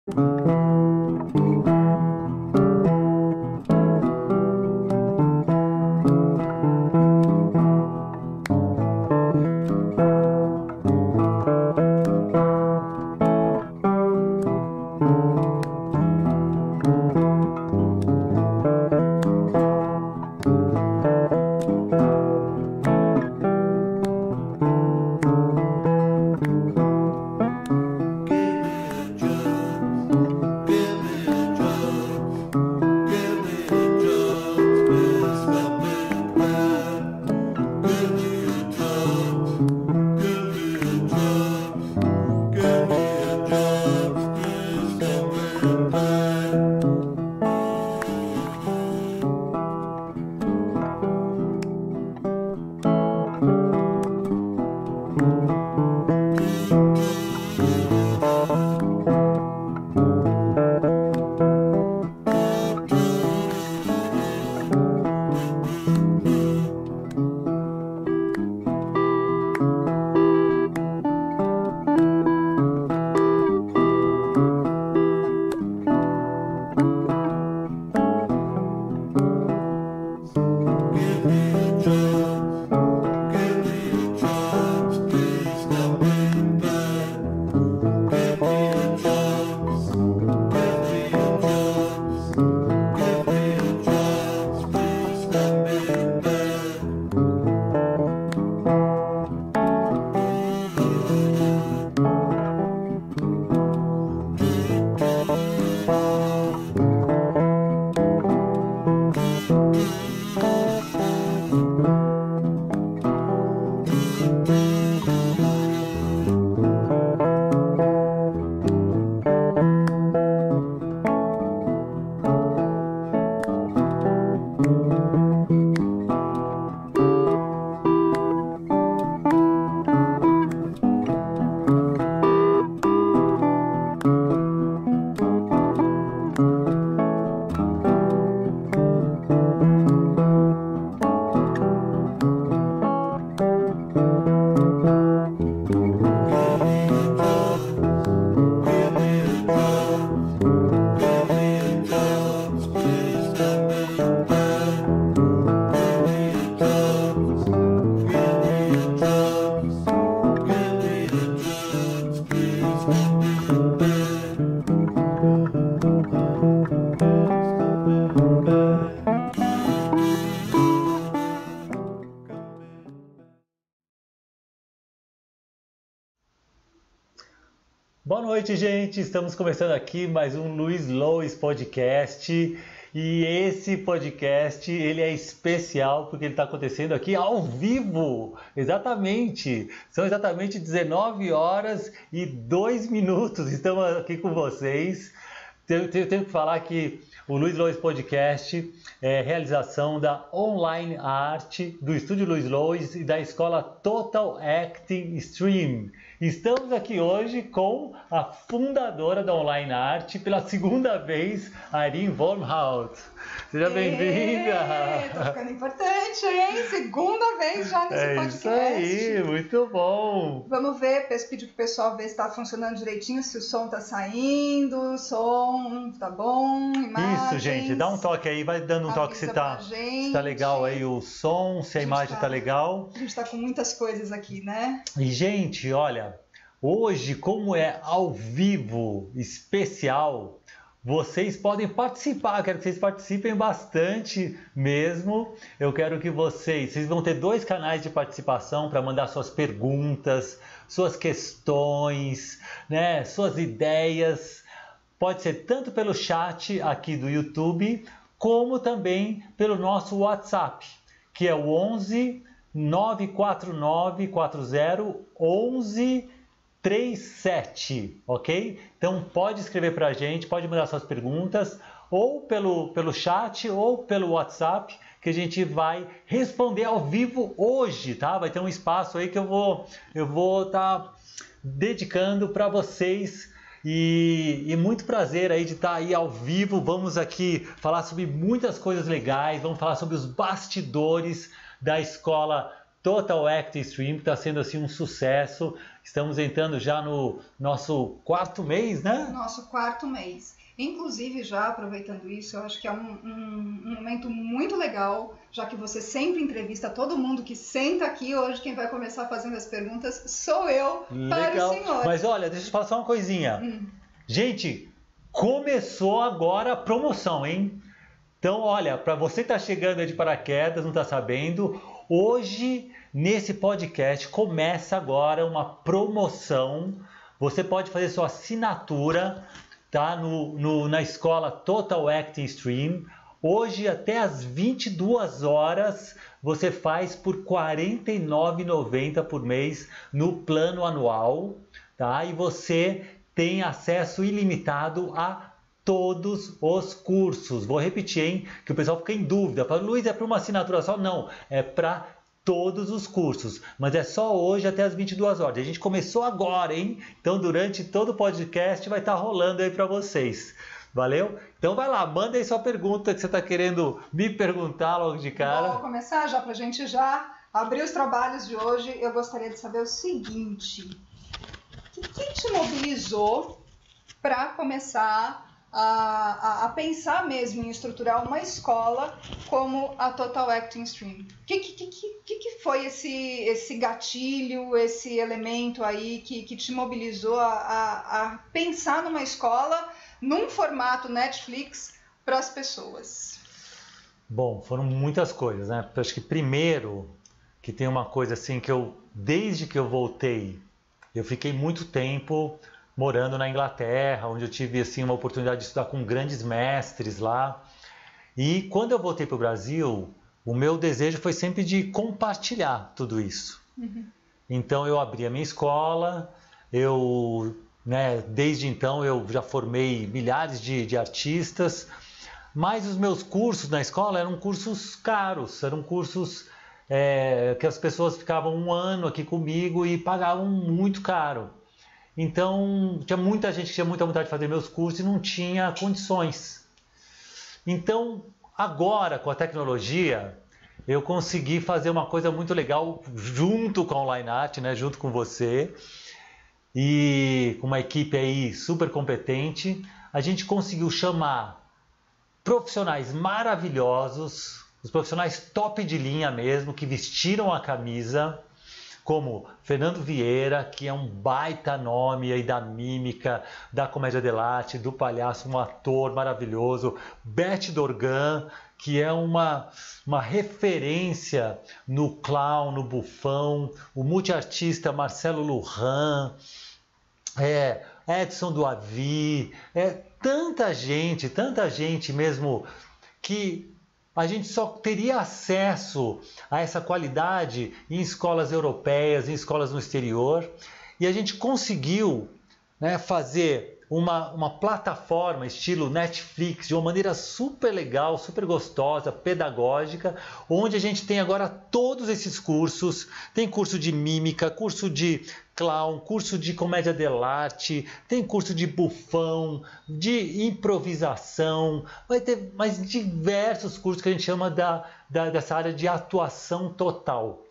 Boa noite, gente! Estamos começando aqui mais um Luiz Lois Podcast e esse podcast ele é especial porque ele está acontecendo aqui ao vivo, exatamente! São exatamente 19 horas e 2 minutos, estamos aqui com vocês. Tenho que falar que o Luiz Lois Podcast é realização da Online Art, do Estúdio Luiz Lois e da Escola Total Acting Stream. Estamos aqui hoje com a fundadora da Online Art, pela segunda vez, Arin Wormhout. Seja bem-vinda! Tô ficando importante, hein? Segunda vez já nesse podcast. Isso aí, muito bom! Vamos ver, pedir pro pessoal ver se tá funcionando direitinho, se o som tá saindo, o som tá bom, imagens. Isso, gente, dá um toque aí, vai dando um toque se tá legal aí o som, se a imagem tá legal. A gente tá com muitas coisas aqui, né? E, gente, olha, hoje, como é ao vivo, especial, vocês podem participar, quero que vocês participem bastante mesmo. Eu quero que vocês vão ter 2 canais de participação para mandar suas perguntas, suas questões, né, suas ideias. Pode ser tanto pelo chat aqui do YouTube, como também pelo nosso WhatsApp, que é o 11 949 40 11 37, ok? Então pode escrever para a gente, pode mandar suas perguntas, ou pelo chat, ou pelo WhatsApp, que a gente vai responder ao vivo hoje, tá? Vai ter um espaço aí que eu vou estar dedicando para vocês. E muito prazer aí de estar aí ao vivo. Vamos aqui falar sobre muitas coisas legais, vamos falar sobre os bastidores da escola Total Acting Stream, que está sendo assim um sucesso. Estamos entrando já no nosso 4º mês, né? Nosso 4º mês. Inclusive, já aproveitando isso, eu acho que é um momento muito legal, já que você sempre entrevista todo mundo que senta aqui. Hoje quem vai começar fazendo as perguntas sou eu, para o senhor. Mas olha, deixa eu te falar só uma coisinha. Gente, começou agora a promoção, hein? Então, olha, para você que está chegando aí de paraquedas, não está sabendo, hoje, nesse podcast, começa agora uma promoção. Você pode fazer sua assinatura, tá? Na escola Total Acting Stream. Hoje, até às 22 horas, você faz por R$ 49,90 por mês no plano anual, tá? E você tem acesso ilimitado a todos os cursos. Vou repetir, hein? Que o pessoal fica em dúvida. Fala, Luiz, é para uma assinatura só? Não, é para todos os cursos. Mas é só hoje até as 22 horas. A gente começou agora, hein? Então, durante todo o podcast vai estar rolando aí para vocês. Valeu? Então vai lá, manda aí sua pergunta que você está querendo me perguntar logo de cara. Vou começar já para a gente já abrir os trabalhos de hoje. Eu gostaria de saber o seguinte. O que te mobilizou para começar a pensar mesmo em estruturar uma escola como a Total Acting Stream? O que foi esse gatilho, esse elemento aí que te mobilizou a pensar numa escola num formato Netflix para as pessoas? Bom, foram muitas coisas, né? Eu acho que primeiro que tem uma coisa assim que desde que eu voltei, eu fiquei muito tempo morando na Inglaterra, onde eu tive assim uma oportunidade de estudar com grandes mestres lá. E quando eu voltei para o Brasil, o meu desejo foi sempre de compartilhar tudo isso. Então eu abri a minha escola, desde então eu já formei milhares de artistas, mas os meus cursos na escola eram cursos caros, eram cursos que as pessoas ficavam um ano aqui comigo e pagavam muito caro. Então, tinha muita gente que tinha muita vontade de fazer meus cursos e não tinha condições. Então, agora, com a tecnologia, eu consegui fazer uma coisa muito legal junto com a Online Art, né? Junto com você e com uma equipe aí super competente. A gente conseguiu chamar profissionais maravilhosos, os profissionais top de linha mesmo, que vestiram a camisa, como Fernando Vieira, que é um baita nome aí da mímica, da comédia dell'arte, do palhaço, um ator maravilhoso. Beth Dorgan, que é uma referência no clown, no bufão. O multiartista Marcelo Lujan, Edson Duavi, tanta gente mesmo que a gente só teria acesso a essa qualidade em escolas europeias, em escolas no exterior. E a gente conseguiu, né, fazer uma plataforma estilo Netflix de uma maneira super legal, super gostosa, pedagógica, onde a gente tem agora todos esses cursos. Tem curso de mímica, curso de clown, curso de comédia dell'arte, tem curso de bufão, de improvisação, vai ter mais diversos cursos que a gente chama dessa área de atuação total.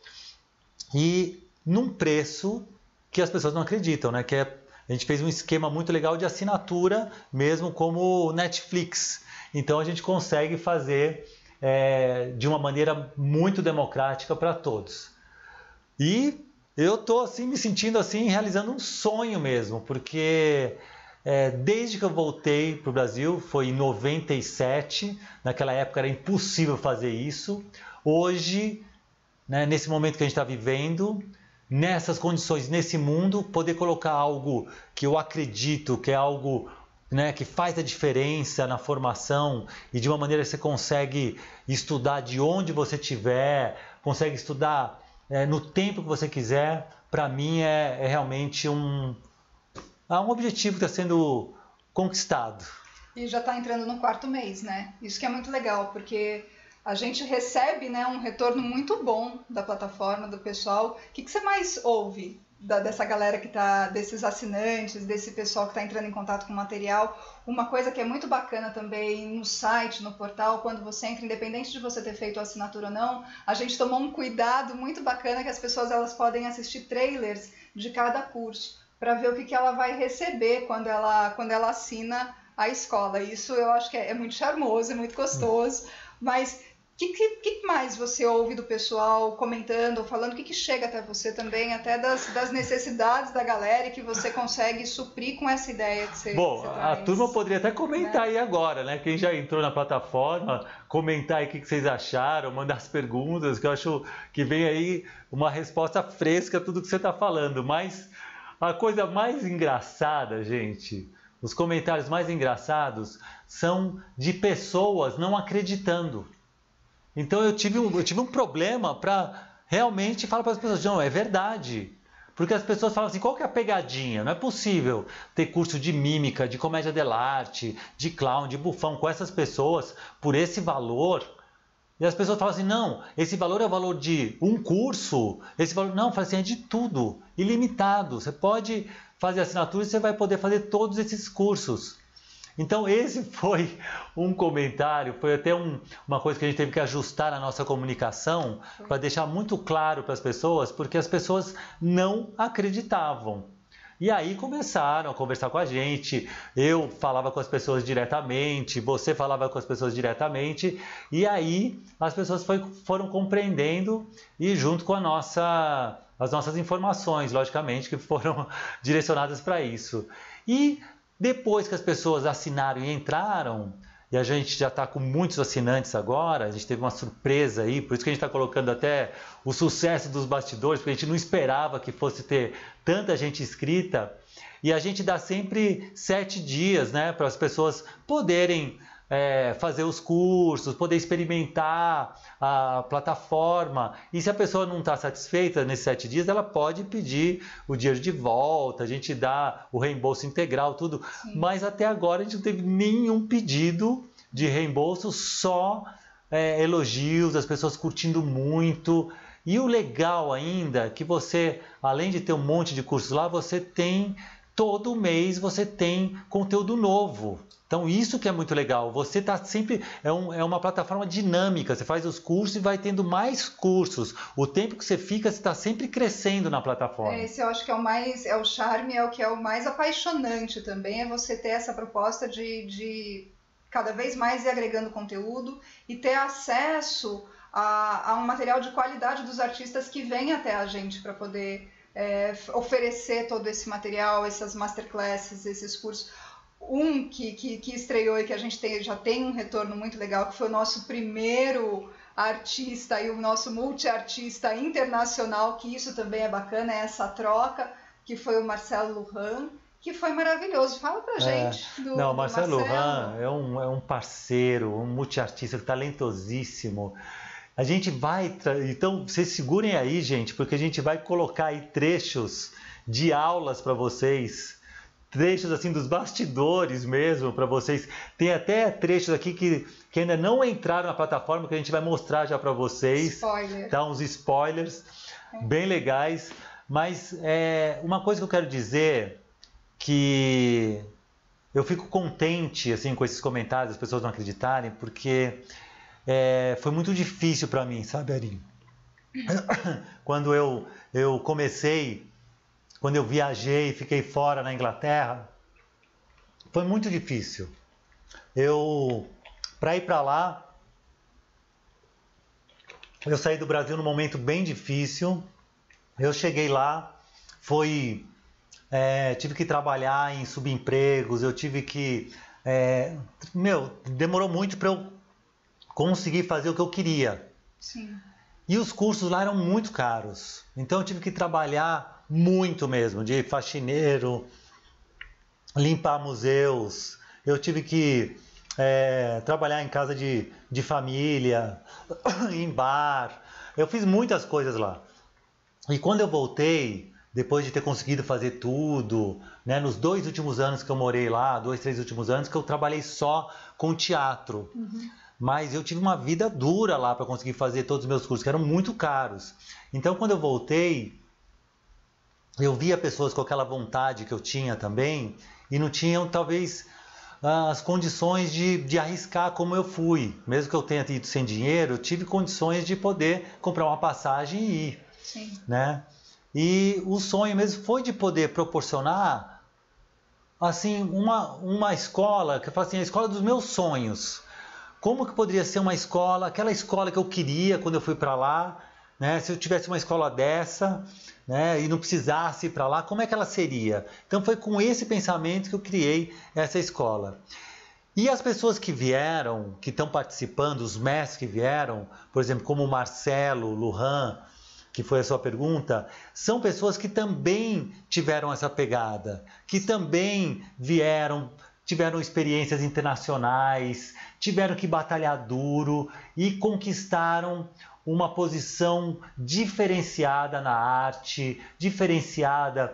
E num preço que as pessoas não acreditam, né? A gente fez um esquema muito legal de assinatura, mesmo como Netflix. Então a gente consegue fazer de uma maneira muito democrática para todos. E eu estou assim, me sentindo assim, realizando um sonho mesmo, porque desde que eu voltei para o Brasil, foi em 97, naquela época era impossível fazer isso. Hoje, né, nesse momento que a gente está vivendo, nessas condições, nesse mundo, poder colocar algo que eu acredito, que é algo, né, que faz a diferença na formação e de uma maneira que você consegue estudar de onde você estiver, consegue estudar no tempo que você quiser, para mim é realmente um objetivo que está sendo conquistado. E já está entrando no 4º mês, né? Isso que é muito legal, porque a gente recebe, né, um retorno muito bom da plataforma, do pessoal. O que você mais ouve dessa galera que tá, desses assinantes, desse pessoal que está entrando em contato com o material? Uma coisa que é muito bacana também no site, no portal, quando você entra, independente de você ter feito a assinatura ou não, a gente tomou um cuidado muito bacana que as pessoas elas podem assistir trailers de cada curso, para ver o que ela vai receber quando ela assina a escola. Isso eu acho que é muito charmoso, é muito gostoso, mas o que mais você ouve do pessoal comentando, falando, o que chega até você também, até das necessidades da galera e que você consegue suprir com essa ideia que você Bom, você a traz, turma poderia até comentar né? aí agora, né? Quem já entrou na plataforma, comentar aí o que vocês acharam, mandar as perguntas, que eu acho que vem aí uma resposta fresca a tudo que você está falando. Mas a coisa mais engraçada, gente, os comentários mais engraçados são de pessoas não acreditando. Então eu tive um problema para realmente falar para as pessoas, não, é verdade. Porque as pessoas falam assim, qual que é a pegadinha? Não é possível ter curso de mímica, de comédia dell'arte, de clown, de bufão com essas pessoas por esse valor. E as pessoas falam assim, não, esse valor é o valor de um curso, esse valor... Não, fala assim, é de tudo, ilimitado. Você pode fazer assinatura e você vai poder fazer todos esses cursos. Então esse foi um comentário, foi até uma coisa que a gente teve que ajustar na nossa comunicação para deixar muito claro para as pessoas, porque as pessoas não acreditavam. E aí começaram a conversar com a gente, eu falava com as pessoas diretamente, você falava com as pessoas diretamente, e aí as pessoas foram compreendendo e junto com as nossas informações, logicamente, que foram direcionadas para isso. E depois que as pessoas assinaram e entraram, e a gente já está com muitos assinantes agora, a gente teve uma surpresa aí, por isso que a gente está colocando até o sucesso dos bastidores, porque a gente não esperava que fosse ter tanta gente inscrita, e a gente dá sempre 7 dias, né, para as pessoas poderem fazer os cursos, poder experimentar a plataforma. E se a pessoa não está satisfeita nesses 7 dias, ela pode pedir o dinheiro de volta, a gente dá o reembolso integral, tudo. Sim. Mas até agora a gente não teve nenhum pedido de reembolso, só elogios, as pessoas curtindo muito. E o legal ainda é que você, além de ter um monte de cursos lá, você tem, todo mês você tem conteúdo novo. Então isso que é muito legal, você está sempre, é uma plataforma dinâmica, você faz os cursos e vai tendo mais cursos. O tempo que você fica, você está sempre crescendo na plataforma. Esse eu acho que é o charme, é o que é o mais apaixonante também, é você ter essa proposta de cada vez mais ir agregando conteúdo e ter acesso a um material de qualidade dos artistas que vêm até a gente para poder oferecer todo esse material, essas masterclasses, esses cursos. Um que estreou e que a gente já tem um retorno muito legal, que foi o nosso primeiro artista e o nosso multiartista internacional, que isso também é bacana, é essa troca, que foi o Marcelo Lujan, que foi maravilhoso. Fala pra gente do Marcelo Lujan é um parceiro, um multiartista talentosíssimo. A gente vai... Então, vocês segurem aí, gente, porque a gente vai colocar aí trechos de aulas para vocês, trechos assim dos bastidores mesmo para vocês. Tem até trechos aqui que ainda não entraram na plataforma, que a gente vai mostrar já para vocês. Spoiler. Dá uns spoilers bem legais. Mas uma coisa que eu quero dizer, que eu fico contente assim com esses comentários, as pessoas não acreditarem, porque foi muito difícil para mim, sabe, Ari? Quando eu comecei, quando eu viajei e fiquei fora na Inglaterra, foi muito difícil. Para ir para lá, eu saí do Brasil num momento bem difícil. Eu cheguei lá, tive que trabalhar em subempregos, eu tive que... demorou muito para eu conseguir fazer o que eu queria. Sim. E os cursos lá eram muito caros. Então eu tive que trabalhar muito mesmo, de faxineiro, limpar museus. Eu tive que trabalhar em casa de família, em bar. Eu fiz muitas coisas lá. E quando eu voltei, depois de ter conseguido fazer tudo, né, nos 2 últimos anos que eu morei lá, 2, 3 últimos anos, que eu trabalhei só com teatro. Uhum. Mas eu tive uma vida dura lá para conseguir fazer todos os meus cursos, que eram muito caros. Então, quando eu voltei, eu via pessoas com aquela vontade que eu tinha também e não tinham, talvez, as condições de arriscar como eu fui. Mesmo que eu tenha ido sem dinheiro, eu tive condições de poder comprar uma passagem e ir. Sim. Né? E o sonho mesmo foi de poder proporcionar assim uma escola, que eu falo assim, a escola dos meus sonhos. Como que poderia ser uma escola, aquela escola que eu queria quando eu fui para lá, né? Se eu tivesse uma escola dessa, né, e não precisasse ir para lá, como é que ela seria? Então foi com esse pensamento que eu criei essa escola. E as pessoas que vieram, que estão participando, os mestres que vieram, por exemplo, como o Marcelo Lujan, que foi a sua pergunta, são pessoas que também tiveram essa pegada, que também tiveram experiências internacionais, tiveram que batalhar duro e conquistaram uma posição diferenciada na arte, diferenciada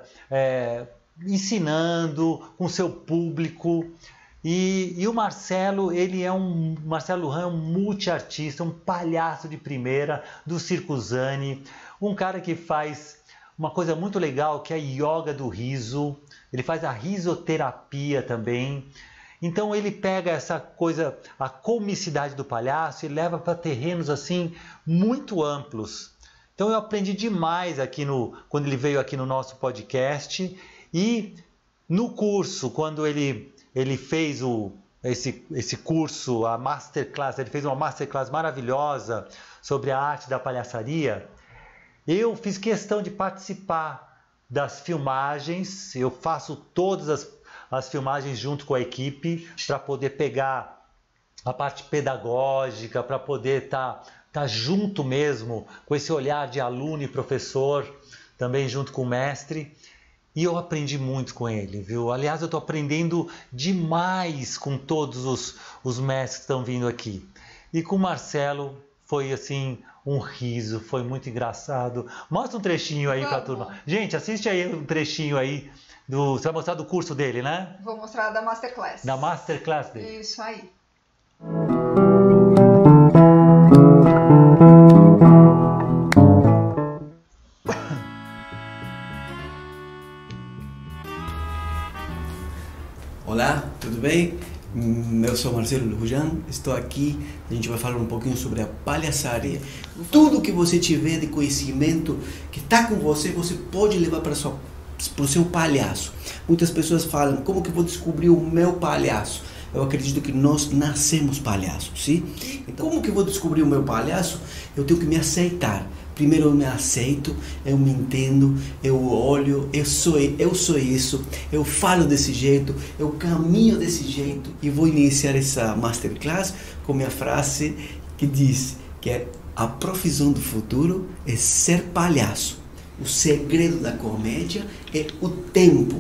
ensinando com seu público. E o Marcelo, Marcelo Lujan é um multiartista, um palhaço de primeira do Circo Zani, um cara que faz uma coisa muito legal que é a yoga do riso, ele faz a risoterapia também. Então ele pega essa coisa, a comicidade do palhaço e leva para terrenos assim muito amplos. Então eu aprendi demais quando ele veio aqui no nosso podcast e no curso, quando ele fez esse curso, a Masterclass, ele fez uma Masterclass maravilhosa sobre a arte da palhaçaria. Eu fiz questão de participar das filmagens, eu faço todas as filmagens junto com a equipe para poder pegar a parte pedagógica, para poder estar junto mesmo com esse olhar de aluno e professor, também junto com o mestre. E eu aprendi muito com ele, viu? Aliás, eu estou aprendendo demais com todos os mestres que estão vindo aqui. E com o Marcelo foi assim um riso, foi muito engraçado. Mostra um trechinho aí para a turma. Gente, assiste aí um trechinho aí. Você vai mostrar do curso dele, né? Vou mostrar da Masterclass. Da Masterclass dele. Isso aí. Olá, tudo bem? Eu sou Marcelo Lujan, estou aqui, a gente vai falar um pouquinho sobre a palhaçaria. Tudo que você tiver de conhecimento que está com você, você pode levar para o seu palhaço. Muitas pessoas falam, como que eu vou descobrir o meu palhaço? Eu acredito que nós nascemos palhaços, sim? Então, como que eu vou descobrir o meu palhaço? Eu tenho que me aceitar. Primeiro eu me aceito, eu me entendo, eu olho, eu sou isso, eu falo desse jeito, eu caminho desse jeito e vou iniciar essa Masterclass com minha frase que diz que a profissão do futuro é ser palhaço. O segredo da comédia é o tempo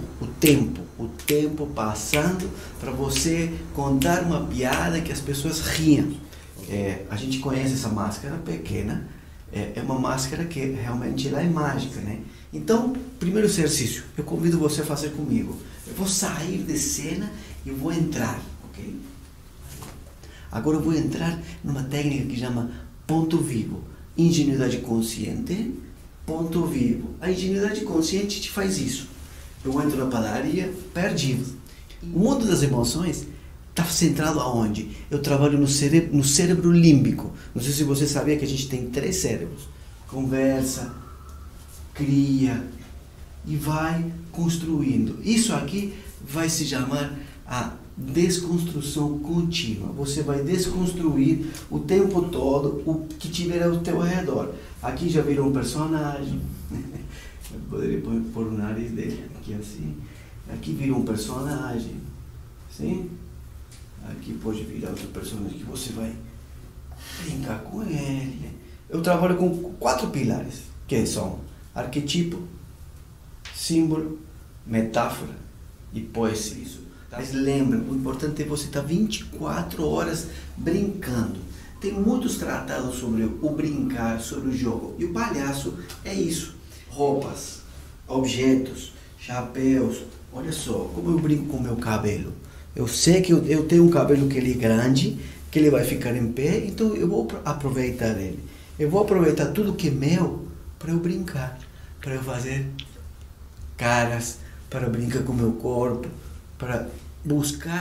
passando para você contar uma piada que as pessoas riam. A gente conhece essa máscara pequena, é uma máscara que realmente ela é mágica, né? Então, primeiro exercício, eu convido você a fazer comigo. Eu vou sair de cena e vou entrar, ok? Agora eu vou entrar numa técnica que chama ponto vivo. Ingenuidade consciente, ponto vivo. A ingenuidade consciente te faz isso. Eu entro na padaria perdido. O mundo das emoções está centrado aonde? Eu trabalho no cérebro límbico. Não sei se você sabia que a gente tem 3 cérebros. Conversa, cria e vai construindo. Isso aqui vai se chamar a desconstrução contínua. Você vai desconstruir o tempo todo o que tiver ao teu redor. Aqui já virou um personagem. Eu poderia pôr o nariz dele aqui assim. Aqui virou um personagem. Sim? Aqui pode virar outro personagem que você vai brincar com ele. Eu trabalho com 4 pilares, que são arquetipo, símbolo, metáfora e poesia. Mas lembra, o importante é você estar 24 horas brincando. Tem muitos tratados sobre o brincar, sobre o jogo. E o palhaço é isso. Roupas, objetos, chapéus. Olha só, como eu brinco com o meu cabelo. Eu sei que eu tenho um cabelo que ele é grande, que ele vai ficar em pé, então eu vou aproveitar ele. Eu vou aproveitar tudo que é meu para eu brincar, para eu fazer caras, para brincar com o meu corpo, para buscar.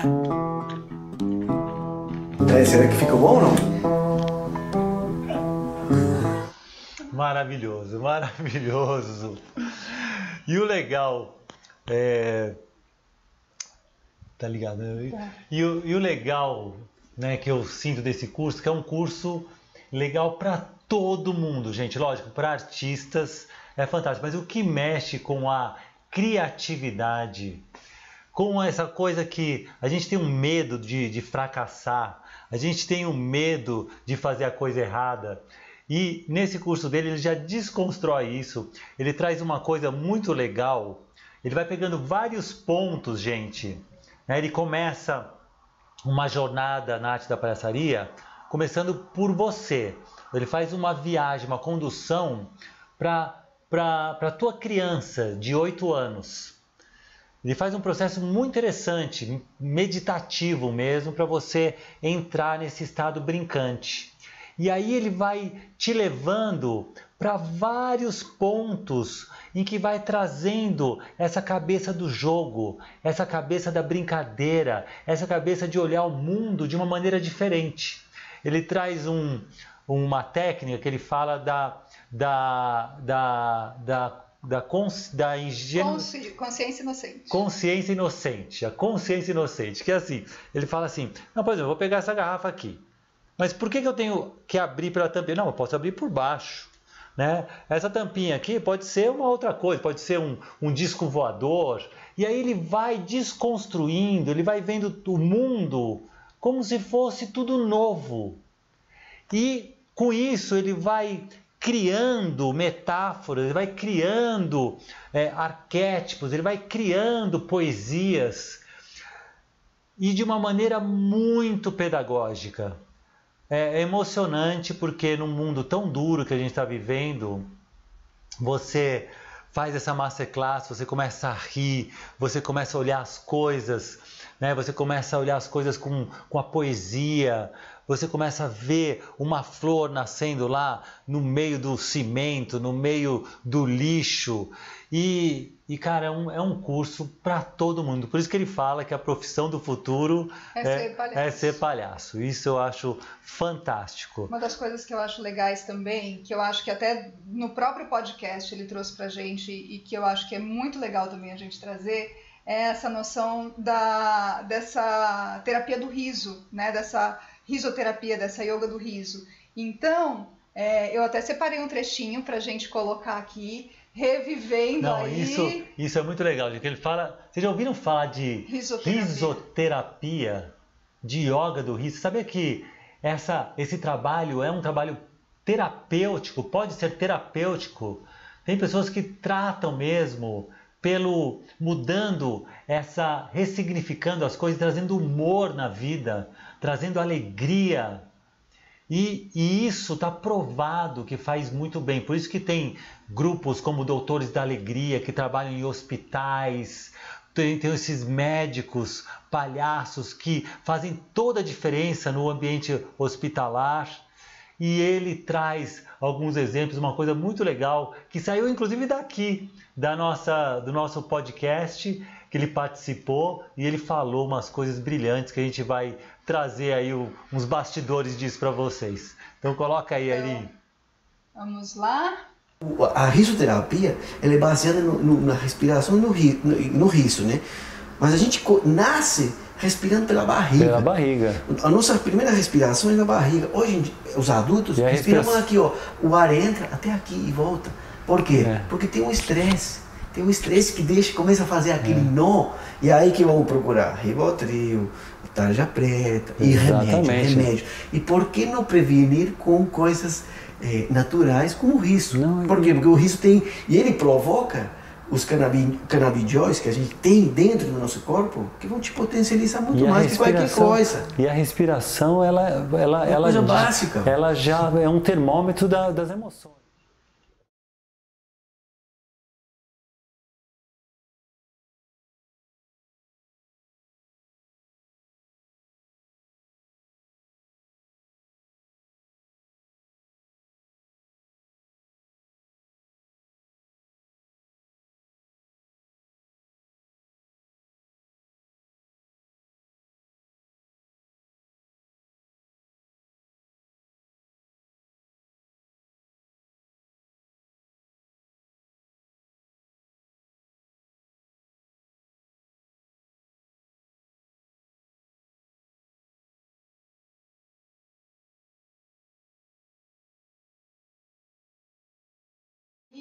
Será que ficou bom ou não? Maravilhoso, maravilhoso. E o legal tá ligado? Tá. E o legal, né, que eu sinto desse curso, que é um curso legal para todo mundo, gente. Lógico, para artistas é fantástico, mas o que mexe com a criatividade, com essa coisa que a gente tem um medo de fracassar, a gente tem um medo de fazer a coisa errada. E nesse curso dele ele já desconstrói isso, ele traz uma coisa muito legal, ele vai pegando vários pontos, gente, né? Ele começa uma jornada na arte da palhaçaria, começando por você. Ele faz uma viagem, uma condução para a tua criança de 8 anos. Ele faz um processo muito interessante, meditativo mesmo, para você entrar nesse estado brincante. E aí ele vai te levando para vários pontos em que vai trazendo essa cabeça do jogo, essa cabeça da brincadeira, essa cabeça de olhar o mundo de uma maneira diferente. Ele traz uma técnica que ele fala Consciência inocente. Consciência inocente, a consciência inocente, que é assim, ele fala assim, não, por exemplo, eu vou pegar essa garrafa aqui, mas por que eu tenho que abrir pela tampinha? Não, eu posso abrir por baixo, né? Essa tampinha aqui pode ser uma outra coisa, pode ser um disco voador, e aí ele vai desconstruindo, ele vai vendo o mundo como se fosse tudo novo, e com isso ele vai criando metáforas, ele vai criando arquétipos, ele vai criando poesias, e de uma maneira muito pedagógica. É emocionante porque num mundo tão duro que a gente está vivendo, você faz essa masterclass, você começa a rir, você começa a olhar as coisas, né? Você começa a olhar as coisas com a poesia, você começa a ver uma flor nascendo lá no meio do cimento, no meio do lixo. Cara, é um curso para todo mundo. Por isso que ele fala que a profissão do futuro é ser palhaço. Isso eu acho fantástico. Uma das coisas que eu acho legais também, que eu acho que até no próprio podcast ele trouxe pra gente e que eu acho que é muito legal também a gente trazer, é essa noção dessa terapia do riso, né? Dessa risoterapia, dessa yoga do riso. Então, eu até separei um trechinho pra gente colocar aqui, revivendo. Não, aí... isso é muito legal, gente. Ele fala, vocês já ouviram falar de risoterapia, de yoga do riso? Sabia que esse trabalho é um trabalho terapêutico, pode ser terapêutico. Tem pessoas que tratam mesmo mudando ressignificando as coisas, trazendo humor na vida, trazendo alegria. E isso está provado que faz muito bem. Por isso que tem grupos como Doutores da Alegria, que trabalham em hospitais, tem esses médicos, palhaços, que fazem toda a diferença no ambiente hospitalar. E ele traz alguns exemplos, uma coisa muito legal, que saiu inclusive daqui, do nosso podcast, que ele participou, e ele falou umas coisas brilhantes que a gente vai trazer aí uns bastidores disso para vocês. Então coloca aí, Ari. Vamos lá. A risoterapia, ela é baseada na respiração e no riso, né? Mas a gente nasce respirando pela barriga. Pela barriga. A nossa primeira respiração é na barriga. Hoje, os adultos respiramos aqui, ó. O ar entra até aqui e volta. Por quê? Porque tem um estresse. Tem um estresse que começa a fazer aquele nó. E aí que vamos procurar Rivotril, tarja preta e remédio. E por que não prevenir com coisas naturais como o riso? Por quê? Porque o riso tem... E ele provoca os canabidióis que a gente tem dentro do nosso corpo, que vão te potencializar muito mais que qualquer coisa. E a respiração, ela coisa básica. Ela já é um termômetro das emoções.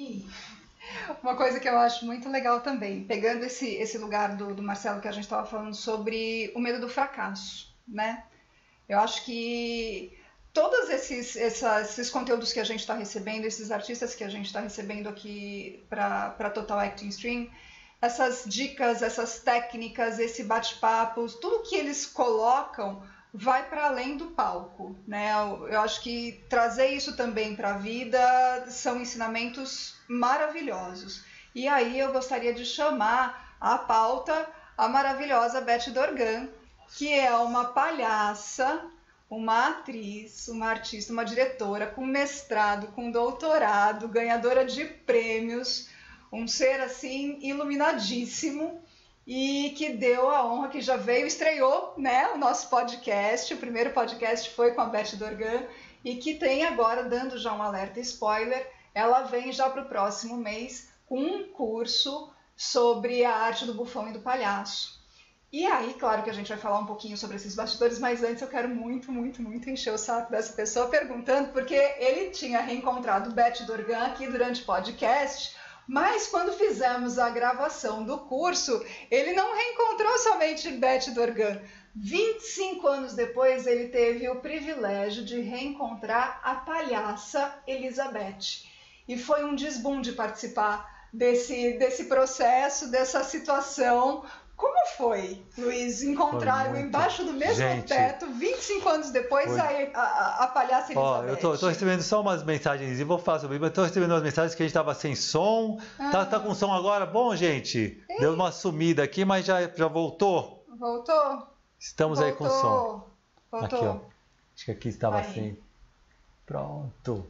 E uma coisa que eu acho muito legal também, pegando esse lugar do Marcelo que a gente estava falando sobre o medo do fracasso, né? Eu acho que todos esses conteúdos que a gente está recebendo, esses artistas que a gente está recebendo aqui para Total Acting Stream, essas dicas, essas técnicas, esse bate-papo, tudo que eles colocam vai para além do palco, né? Eu acho que trazer isso também para a vida são ensinamentos maravilhosos. E aí eu gostaria de chamar à pauta a maravilhosa Beth Dorgan, que é uma palhaça, uma atriz, uma artista, uma diretora com mestrado, com doutorado, ganhadora de prêmios, um ser assim iluminadíssimo e que deu a honra, que já veio, estreou, né, o nosso podcast. O primeiro podcast foi com a Beth Dorgan e que tem agora, dando já um alerta spoiler, ela vem já para o próximo mês com um curso sobre a arte do bufão e do palhaço. E aí, claro que a gente vai falar um pouquinho sobre esses bastidores, mas antes eu quero muito encher o saco dessa pessoa perguntando, porque ele tinha reencontrado Beth Dorgan aqui durante o podcast, mas quando fizemos a gravação do curso, ele não reencontrou somente Beth Dorgan. 25 anos depois, ele teve o privilégio de reencontrar a palhaça Elizabeth. E foi um desbunde participar desse processo, dessa situação. Como foi, Luiz, encontrar embaixo do mesmo teto, 25 anos depois, a palhaça Elizabeth? Eu tô recebendo só umas mensagens, e vou falar sobre isso, mas tô recebendo umas mensagens que a gente tava sem som. Tá com som agora? Bom, gente, deu uma sumida aqui, mas já voltou? Voltou? Estamos aí com som. Voltou. Aqui, ó. Acho que aqui estava assim. Pronto.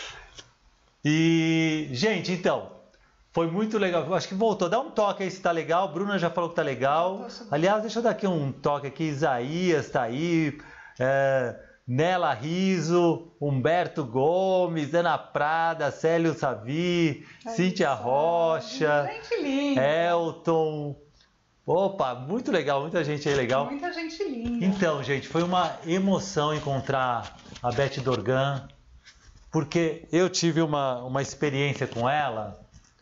E, gente, então... Foi muito legal, acho que voltou. Dá um toque aí se tá legal. Bruna já falou que tá legal. Aliás, deixa eu dar aqui um toque aqui. Isaías tá aí. Nela Riso, Humberto Gomes, Ana Prada, Célio Savi, Cíntia Rocha, gente linda. Elton. Opa, muito legal, muita gente aí legal. Muita gente linda. Então, gente, foi uma emoção encontrar a Beth Dorgan, porque eu tive uma experiência com ela.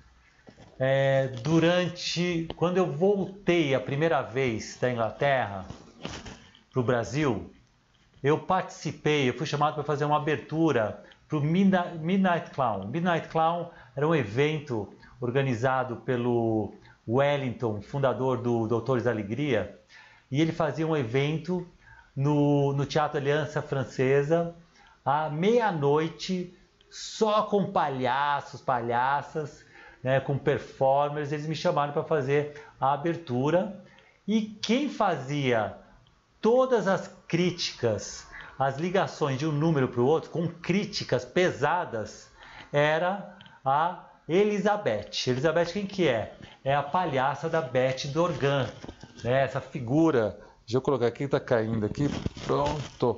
Quando eu voltei a primeira vez da Inglaterra para o Brasil, eu fui chamado para fazer uma abertura para o Midnight Clown. Midnight Clown era um evento organizado pelo Wellington, fundador do Doutores da Alegria, e ele fazia um evento no Teatro Aliança Francesa, à meia-noite, só com palhaças, né, com performers. Eles me chamaram para fazer a abertura, e quem fazia todas as críticas, as ligações de um número para o outro, com críticas pesadas, era a Elizabeth. Elizabeth quem que é? É a palhaça da Beth Dorgan, né, essa figura. Deixa eu colocar aqui, está caindo aqui, pronto.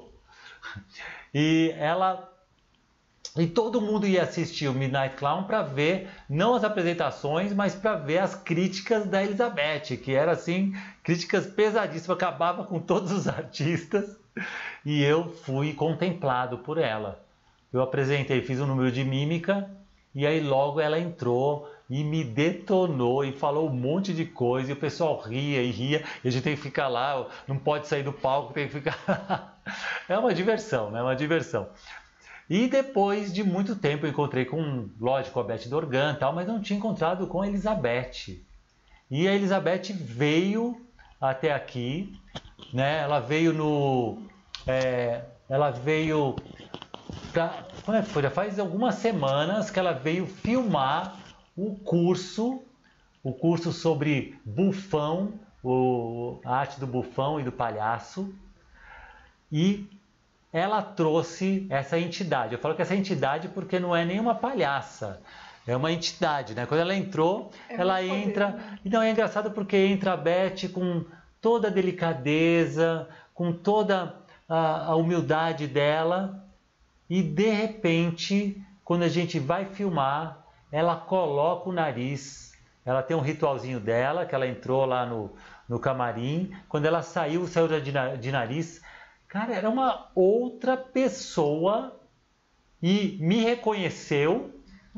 E todo mundo ia assistir o Midnight Clown para ver, não as apresentações, mas para ver as críticas da Elizabeth, que era assim, críticas pesadíssimas, acabava com todos os artistas, e eu fui contemplado por ela. Eu apresentei, fiz um número de mímica, e aí logo ela entrou e me detonou e falou um monte de coisa, e o pessoal ria, e a gente tem que ficar lá, não pode sair do palco, tem que ficar... É uma diversão, né? Uma diversão. E depois de muito tempo eu encontrei lógico, a Beth Dorgan e tal, mas não tinha encontrado com a Elizabeth. E a Elizabeth veio até aqui, né? Ela veio como é que foi? Já faz algumas semanas que ela veio filmar o curso sobre bufão, a arte do bufão e do palhaço. E ela trouxe essa entidade. Eu falo que essa entidade porque não é nenhuma palhaça, é uma entidade, né? Quando ela entrou, ela entra... Poder. Então é engraçado porque entra a Beth com toda a delicadeza, com toda a humildade dela, e de repente, quando a gente vai filmar, ela coloca o nariz. Ela tem um ritualzinho dela, que ela entrou lá no camarim. Quando ela saiu de nariz... Cara, era uma outra pessoa e me reconheceu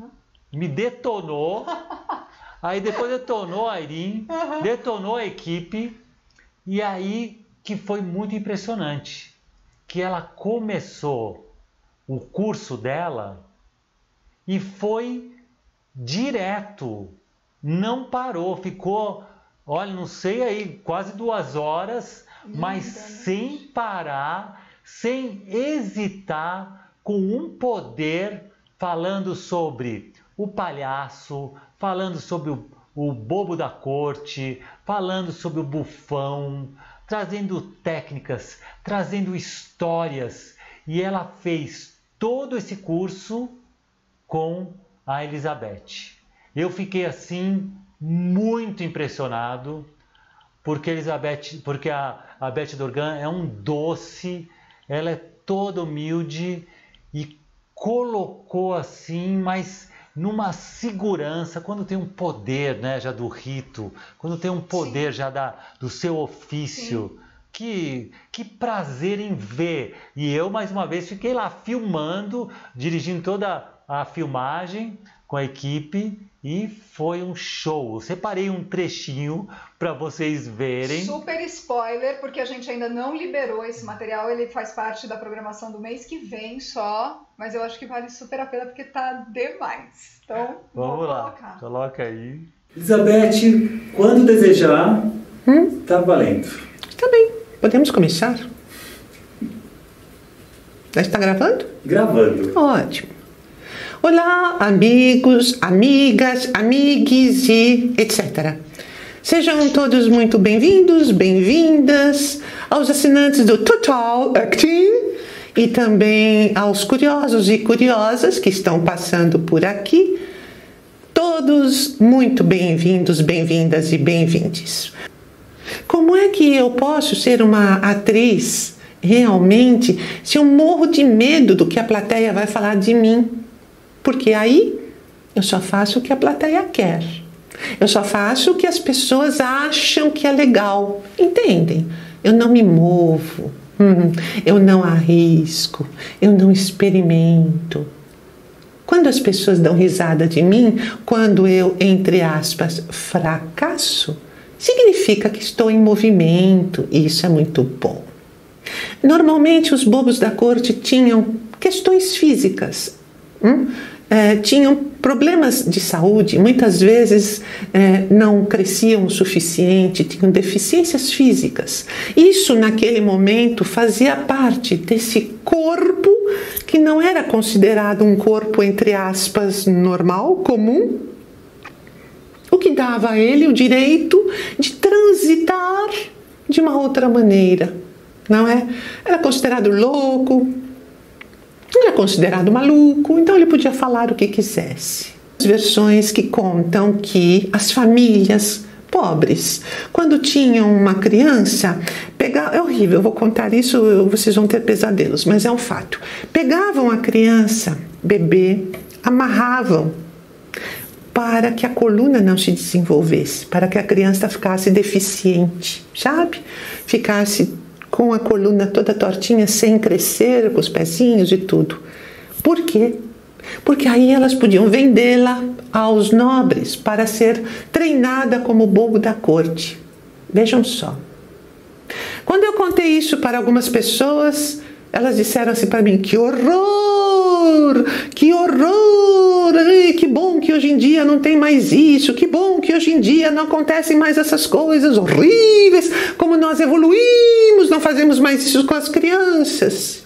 me detonou, aí depois detonou a Airin, detonou a equipe, e aí que foi muito impressionante, que ela começou o curso dela e foi direto, não parou, ficou, olha, não sei aí, quase 2 horas, mas sem parar, sem hesitar, com um poder, falando sobre o palhaço, falando sobre o bobo da corte, falando sobre o bufão, trazendo técnicas, trazendo histórias. E ela fez todo esse curso com a Elizabeth. Eu fiquei assim muito impressionado, porque a Beth Dorgan é um doce, ela é toda humilde e colocou assim, mas numa segurança, quando tem um poder, né, já do rito, quando tem um poder já do seu ofício, que prazer em ver. E eu, mais uma vez, fiquei lá filmando, dirigindo toda a filmagem com a equipe, e foi um show. Eu separei um trechinho para vocês verem. Super spoiler, porque a gente ainda não liberou esse material, ele faz parte da programação do mês que vem só, mas eu acho que vale super a pena porque tá demais. Então, vamos lá, colocar. Coloca aí. Elizabeth, quando desejar, tá valendo. Tá bem, podemos começar? Já está gravando? Gravando. Ótimo. Olá, amigos, amigas, amigues e etc. Sejam todos muito bem-vindos, bem-vindas aos assinantes do Total Acting e também aos curiosos e curiosas que estão passando por aqui. Todos muito bem-vindos, bem-vindas e bem-vindes. Como é que eu posso ser uma atriz realmente se eu morro de medo do que a plateia vai falar de mim? Porque aí eu só faço o que a plateia quer. Eu só faço o que as pessoas acham que é legal. Entendem? Eu não me movo. Eu não arrisco. Eu não experimento. Quando as pessoas dão risada de mim, quando eu, entre aspas, fracasso, significa que estou em movimento. E isso é muito bom. Normalmente os bobos da corte tinham questões físicas. Tinham problemas de saúde, muitas vezes não cresciam o suficiente, tinham deficiências físicas. Isso, naquele momento, fazia parte desse corpo que não era considerado um corpo, entre aspas, normal, comum, o que dava a ele o direito de transitar de uma outra maneira, não é? Era considerado louco, era considerado maluco, então ele podia falar o que quisesse. As versões que contam que as famílias pobres, quando tinham uma criança, é horrível, eu vou contar isso, vocês vão ter pesadelos, mas é um fato. Pegavam a criança, bebê, amarravam para que a coluna não se desenvolvesse, para que a criança ficasse deficiente, sabe? Ficasse com a coluna toda tortinha, sem crescer, com os pezinhos e tudo. Por quê? Porque aí elas podiam vendê-la aos nobres para ser treinada como bobo da corte. Vejam só. Quando eu contei isso para algumas pessoas, elas disseram assim para mim: que horror! Que horror! Ai, que bom que hoje em dia não tem mais isso, que bom que hoje em dia não acontecem mais essas coisas horríveis, como nós evoluímos, não fazemos mais isso com as crianças.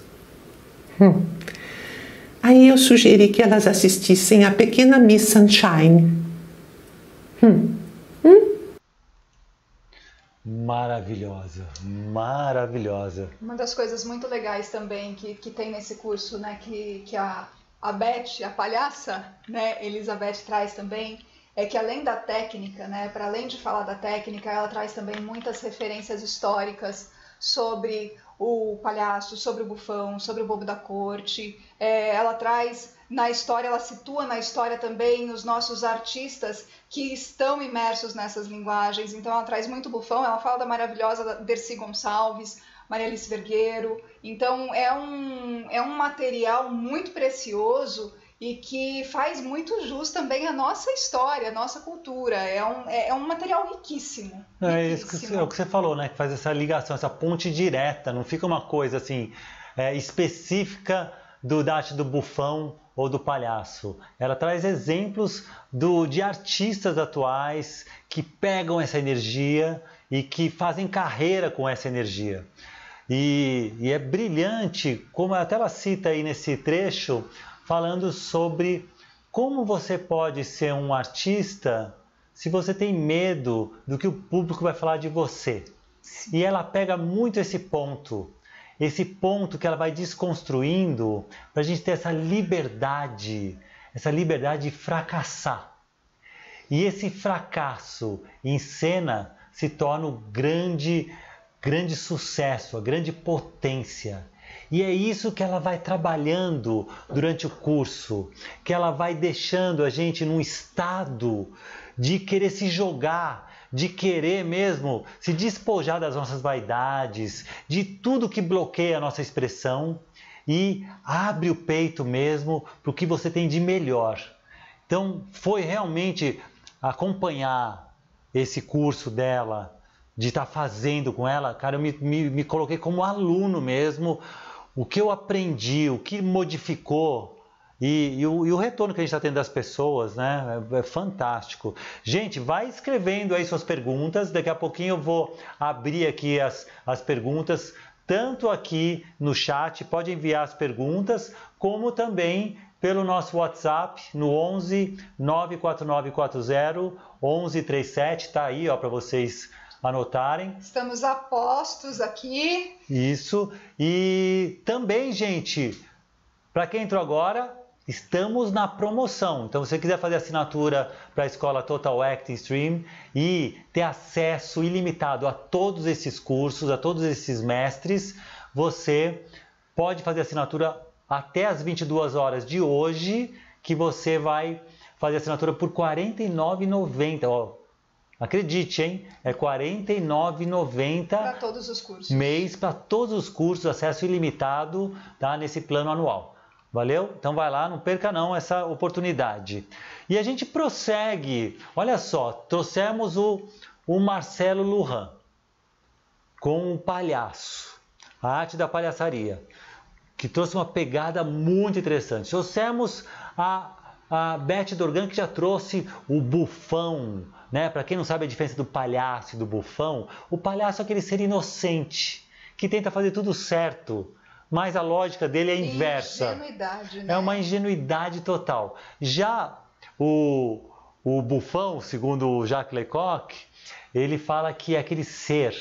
Aí eu sugeri que elas assistissem a Pequena Miss Sunshine. Maravilhosa, maravilhosa. Uma das coisas muito legais também que tem nesse curso, né, que a Beth, a palhaça, né, Elizabeth traz também, é que além da técnica, né, para além de falar da técnica, ela traz também muitas referências históricas sobre o palhaço, sobre o bufão, sobre o bobo da corte. Ela traz na história, ela situa na história também os nossos artistas que estão imersos nessas linguagens. Então ela traz muito bufão, ela fala da maravilhosa Dercy Gonçalves, Maria Alice Vergueiro. Então é um material muito precioso e que faz muito jus também à nossa história, à nossa cultura. É um material riquíssimo. É isso é o que você falou, né? Que faz essa ligação, essa ponte direta, não fica uma coisa assim específica da arte do bufão ou do palhaço. Ela traz exemplos de artistas atuais que pegam essa energia e que fazem carreira com essa energia. E é brilhante, como até ela cita aí nesse trecho, falando sobre como você pode ser um artista se você tem medo do que o público vai falar de você. E ela pega muito esse ponto que ela vai desconstruindo para a gente ter essa liberdade de fracassar. E esse fracasso em cena se torna o grande sucesso, a grande potência. E é isso que ela vai trabalhando durante o curso, que ela vai deixando a gente num estado de querer se jogar, de querer mesmo se despojar das nossas vaidades, de tudo que bloqueia a nossa expressão e abre o peito mesmo para o que você tem de melhor. Então foi realmente acompanhar esse curso dela, de estar fazendo com ela, cara, eu me coloquei como aluno mesmo, o que eu aprendi, o que modificou e o retorno que a gente está tendo das pessoas, né, é fantástico. Gente, vai escrevendo aí suas perguntas, daqui a pouquinho eu vou abrir aqui as perguntas, tanto aqui no chat, pode enviar as perguntas, como também pelo nosso WhatsApp no 11 94940 1137, tá aí ó para vocês anotarem. Estamos a postos aqui. Isso. E também, gente, para quem entrou agora, estamos na promoção. Então, se você quiser fazer assinatura para a escola Total Acting Stream e ter acesso ilimitado a todos esses cursos, a todos esses mestres, você pode fazer assinatura até as 22 horas de hoje, que você vai fazer assinatura por R$ 49,90. Ó, acredite, hein? É R$ 49,90 para todos os cursos. Mês para todos os cursos, acesso ilimitado, tá? Nesse plano anual. Valeu? Então vai lá, não perca não essa oportunidade. E a gente prossegue. Olha só, trouxemos o Marcelo Lujan com o palhaço, a arte da palhaçaria, que trouxe uma pegada muito interessante. Trouxemos a Beth Dorgan, que já trouxe o bufão, né? Para quem não sabe a diferença do palhaço e do bufão, o palhaço é aquele ser inocente, que tenta fazer tudo certo, mas a lógica dele é inversa. Ingenuidade, né? É uma ingenuidade total. Já o bufão, segundo o Jacques Lecoq, ele fala que é aquele ser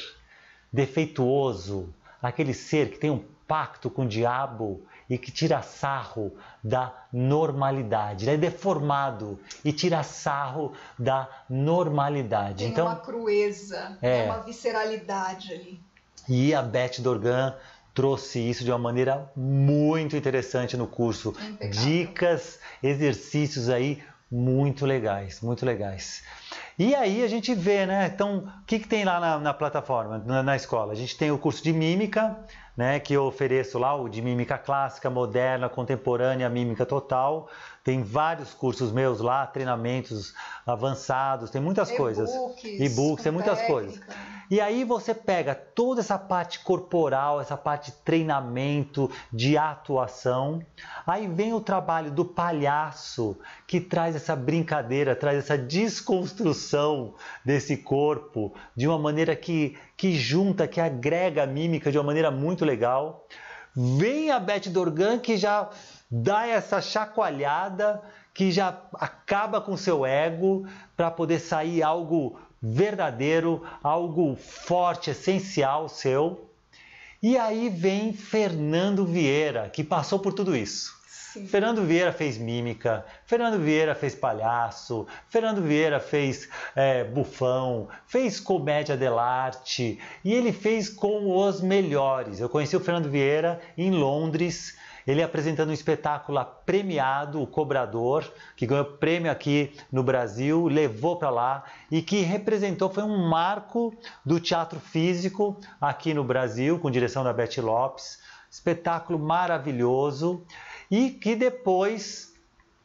defeituoso, aquele ser que tem um pacto com o diabo e que tira sarro da normalidade. Ele é deformado e tira sarro da normalidade. Tem então, uma crueza, uma visceralidade ali. E a Beth Dorgan trouxe isso de uma maneira muito interessante no curso. Impecável. Dicas, exercícios aí muito legais, muito legais. E aí a gente vê, né? Então, o que tem lá na plataforma, na escola? A gente tem o curso de mímica, né? Que eu ofereço lá, o de mímica clássica, moderna, contemporânea, mímica total. Tem vários cursos meus lá, treinamentos avançados, tem muitas coisas. E-books, tem muitas coisas. E aí você pega toda essa parte corporal, essa parte de treinamento, de atuação. Aí vem o trabalho do palhaço, que traz essa brincadeira, traz essa desconstrução desse corpo de uma maneira que junta, que agrega a mímica de uma maneira muito legal. Vem a Beth Dorgan, que já dá essa chacoalhada, que já acaba com o seu ego para poder sair algo verdadeiro, algo forte, essencial seu. E aí vem Fernando Vieira, que passou por tudo isso. Sim. Fernando Vieira fez mímica, Fernando Vieira fez palhaço, Fernando Vieira fez bufão, fez comédia dell'arte e ele fez com os melhores. Eu conheci o Fernando Vieira em Londres, ele apresentando um espetáculo premiado, o Cobrador, que ganhou prêmio aqui no Brasil, levou para lá e que representou, foi um marco do teatro físico aqui no Brasil, com direção da Beth Lopes. Espetáculo maravilhoso e que depois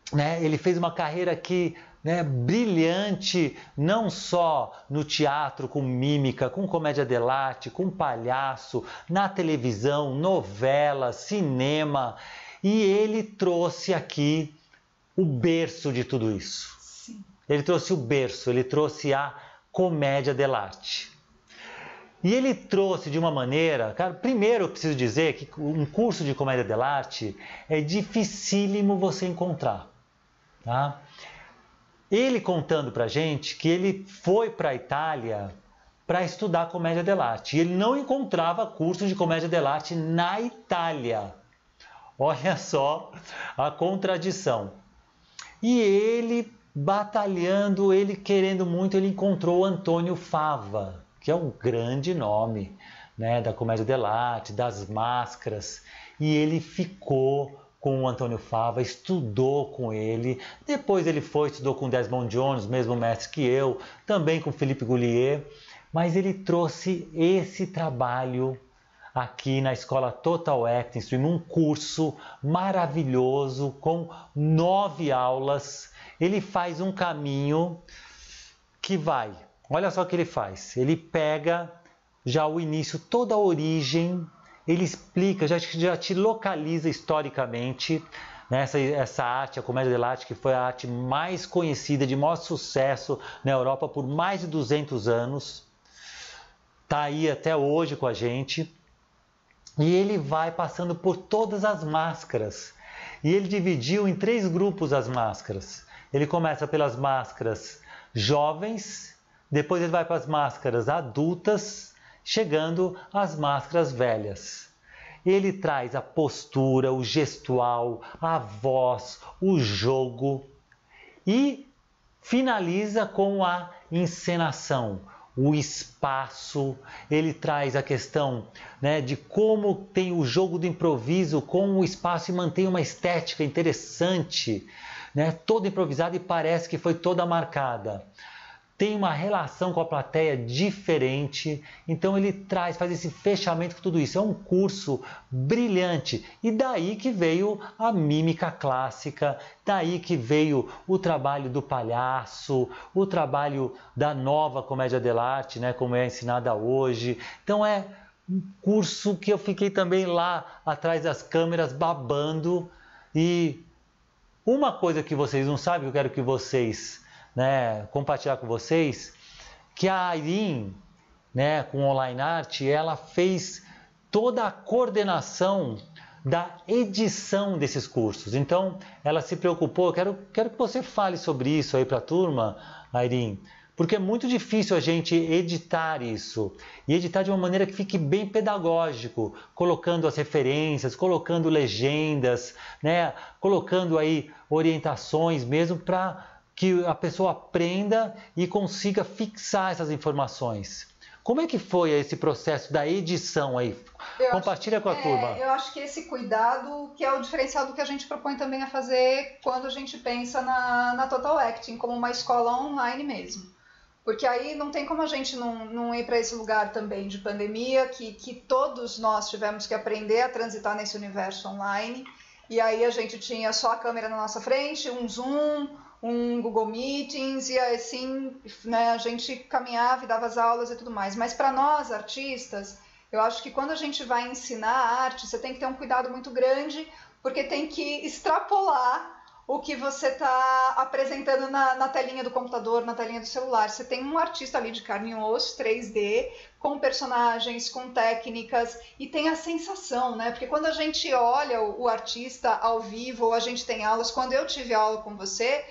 né, ele fez uma carreira aqui, né, brilhante, não só no teatro, com mímica, com comédia dell'arte, com palhaço, na televisão, novela, cinema, e ele trouxe aqui o berço de tudo isso. Sim. Ele trouxe o berço, ele trouxe a comédia dell'arte. E ele trouxe de uma maneira, cara, primeiro eu preciso dizer que um curso de comédia dell'arte é dificílimo você encontrar, tá? Ele contando pra gente que ele foi para a Itália para estudar comédia dell'arte. E ele não encontrava curso de comédia dell'arte na Itália. Olha só a contradição. E ele batalhando, ele querendo muito, ele encontrou o Antônio Fava, que é um grande nome, né, da comédia dell'arte, das máscaras. E ele ficou com o Antônio Fava, estudou com ele, depois ele estudou com Desmond Jones, mesmo mestre que eu, também com Philippe Goulier, mas ele trouxe esse trabalho aqui na Escola Total Acting Stream, um curso maravilhoso, com 9 aulas. Ele faz um caminho que vai, olha só o que ele faz, ele pega já o início, toda a origem, ele explica, já te localiza historicamente, né, essa arte, a comédia dell'arte, que foi a arte mais conhecida, de maior sucesso na Europa por mais de 200 anos. Está aí até hoje com a gente. E ele vai passando por todas as máscaras. E ele dividiu em 3 grupos as máscaras. Ele começa pelas máscaras jovens, depois ele vai para as máscaras adultas, chegando às máscaras velhas. Ele traz a postura, o gestual, a voz, o jogo e finaliza com a encenação, o espaço. Ele traz a questão, né, de como tem o jogo do improviso com o espaço e mantém uma estética interessante, né, toda improvisada e parece que foi toda marcada. Tem uma relação com a plateia diferente, então ele faz esse fechamento com tudo isso. É um curso brilhante, e daí que veio a mímica clássica, daí que veio o trabalho do palhaço, o trabalho da nova comédia dell'arte, né, como é ensinada hoje. Então é um curso que eu fiquei também lá atrás das câmeras babando. E uma coisa que vocês não sabem, eu quero que vocês, né, compartilhar com vocês, que a Irene, né, com Online Art, ela fez toda a coordenação da edição desses cursos. Então, ela se preocupou, quero que você fale sobre isso aí para a turma, Irene, porque é muito difícil a gente editar isso, e editar de uma maneira que fique bem pedagógico, colocando as referências, colocando legendas, né, colocando aí orientações mesmo para que a pessoa aprenda e consiga fixar essas informações. Como é que foi esse processo da edição aí? Compartilha com a turma. Eu acho que esse cuidado que é o diferencial do que a gente propõe também a fazer quando a gente pensa na Total Acting, como uma escola online mesmo. Porque aí não tem como a gente não ir para esse lugar também de pandemia, que todos nós tivemos que aprender a transitar nesse universo online. E aí a gente tinha só a câmera na nossa frente, um Zoom, um Google Meetings, e assim, né, a gente caminhava e dava as aulas e tudo mais. Mas para nós, artistas, eu acho que quando a gente vai ensinar a arte, você tem que ter um cuidado muito grande, porque tem que extrapolar o que você está apresentando na telinha do computador, na telinha do celular. Você tem um artista ali de carne e osso, 3D, com personagens, com técnicas, e tem a sensação, né? Porque quando a gente olha o artista ao vivo, ou a gente tem aulas, quando eu tive aula com você,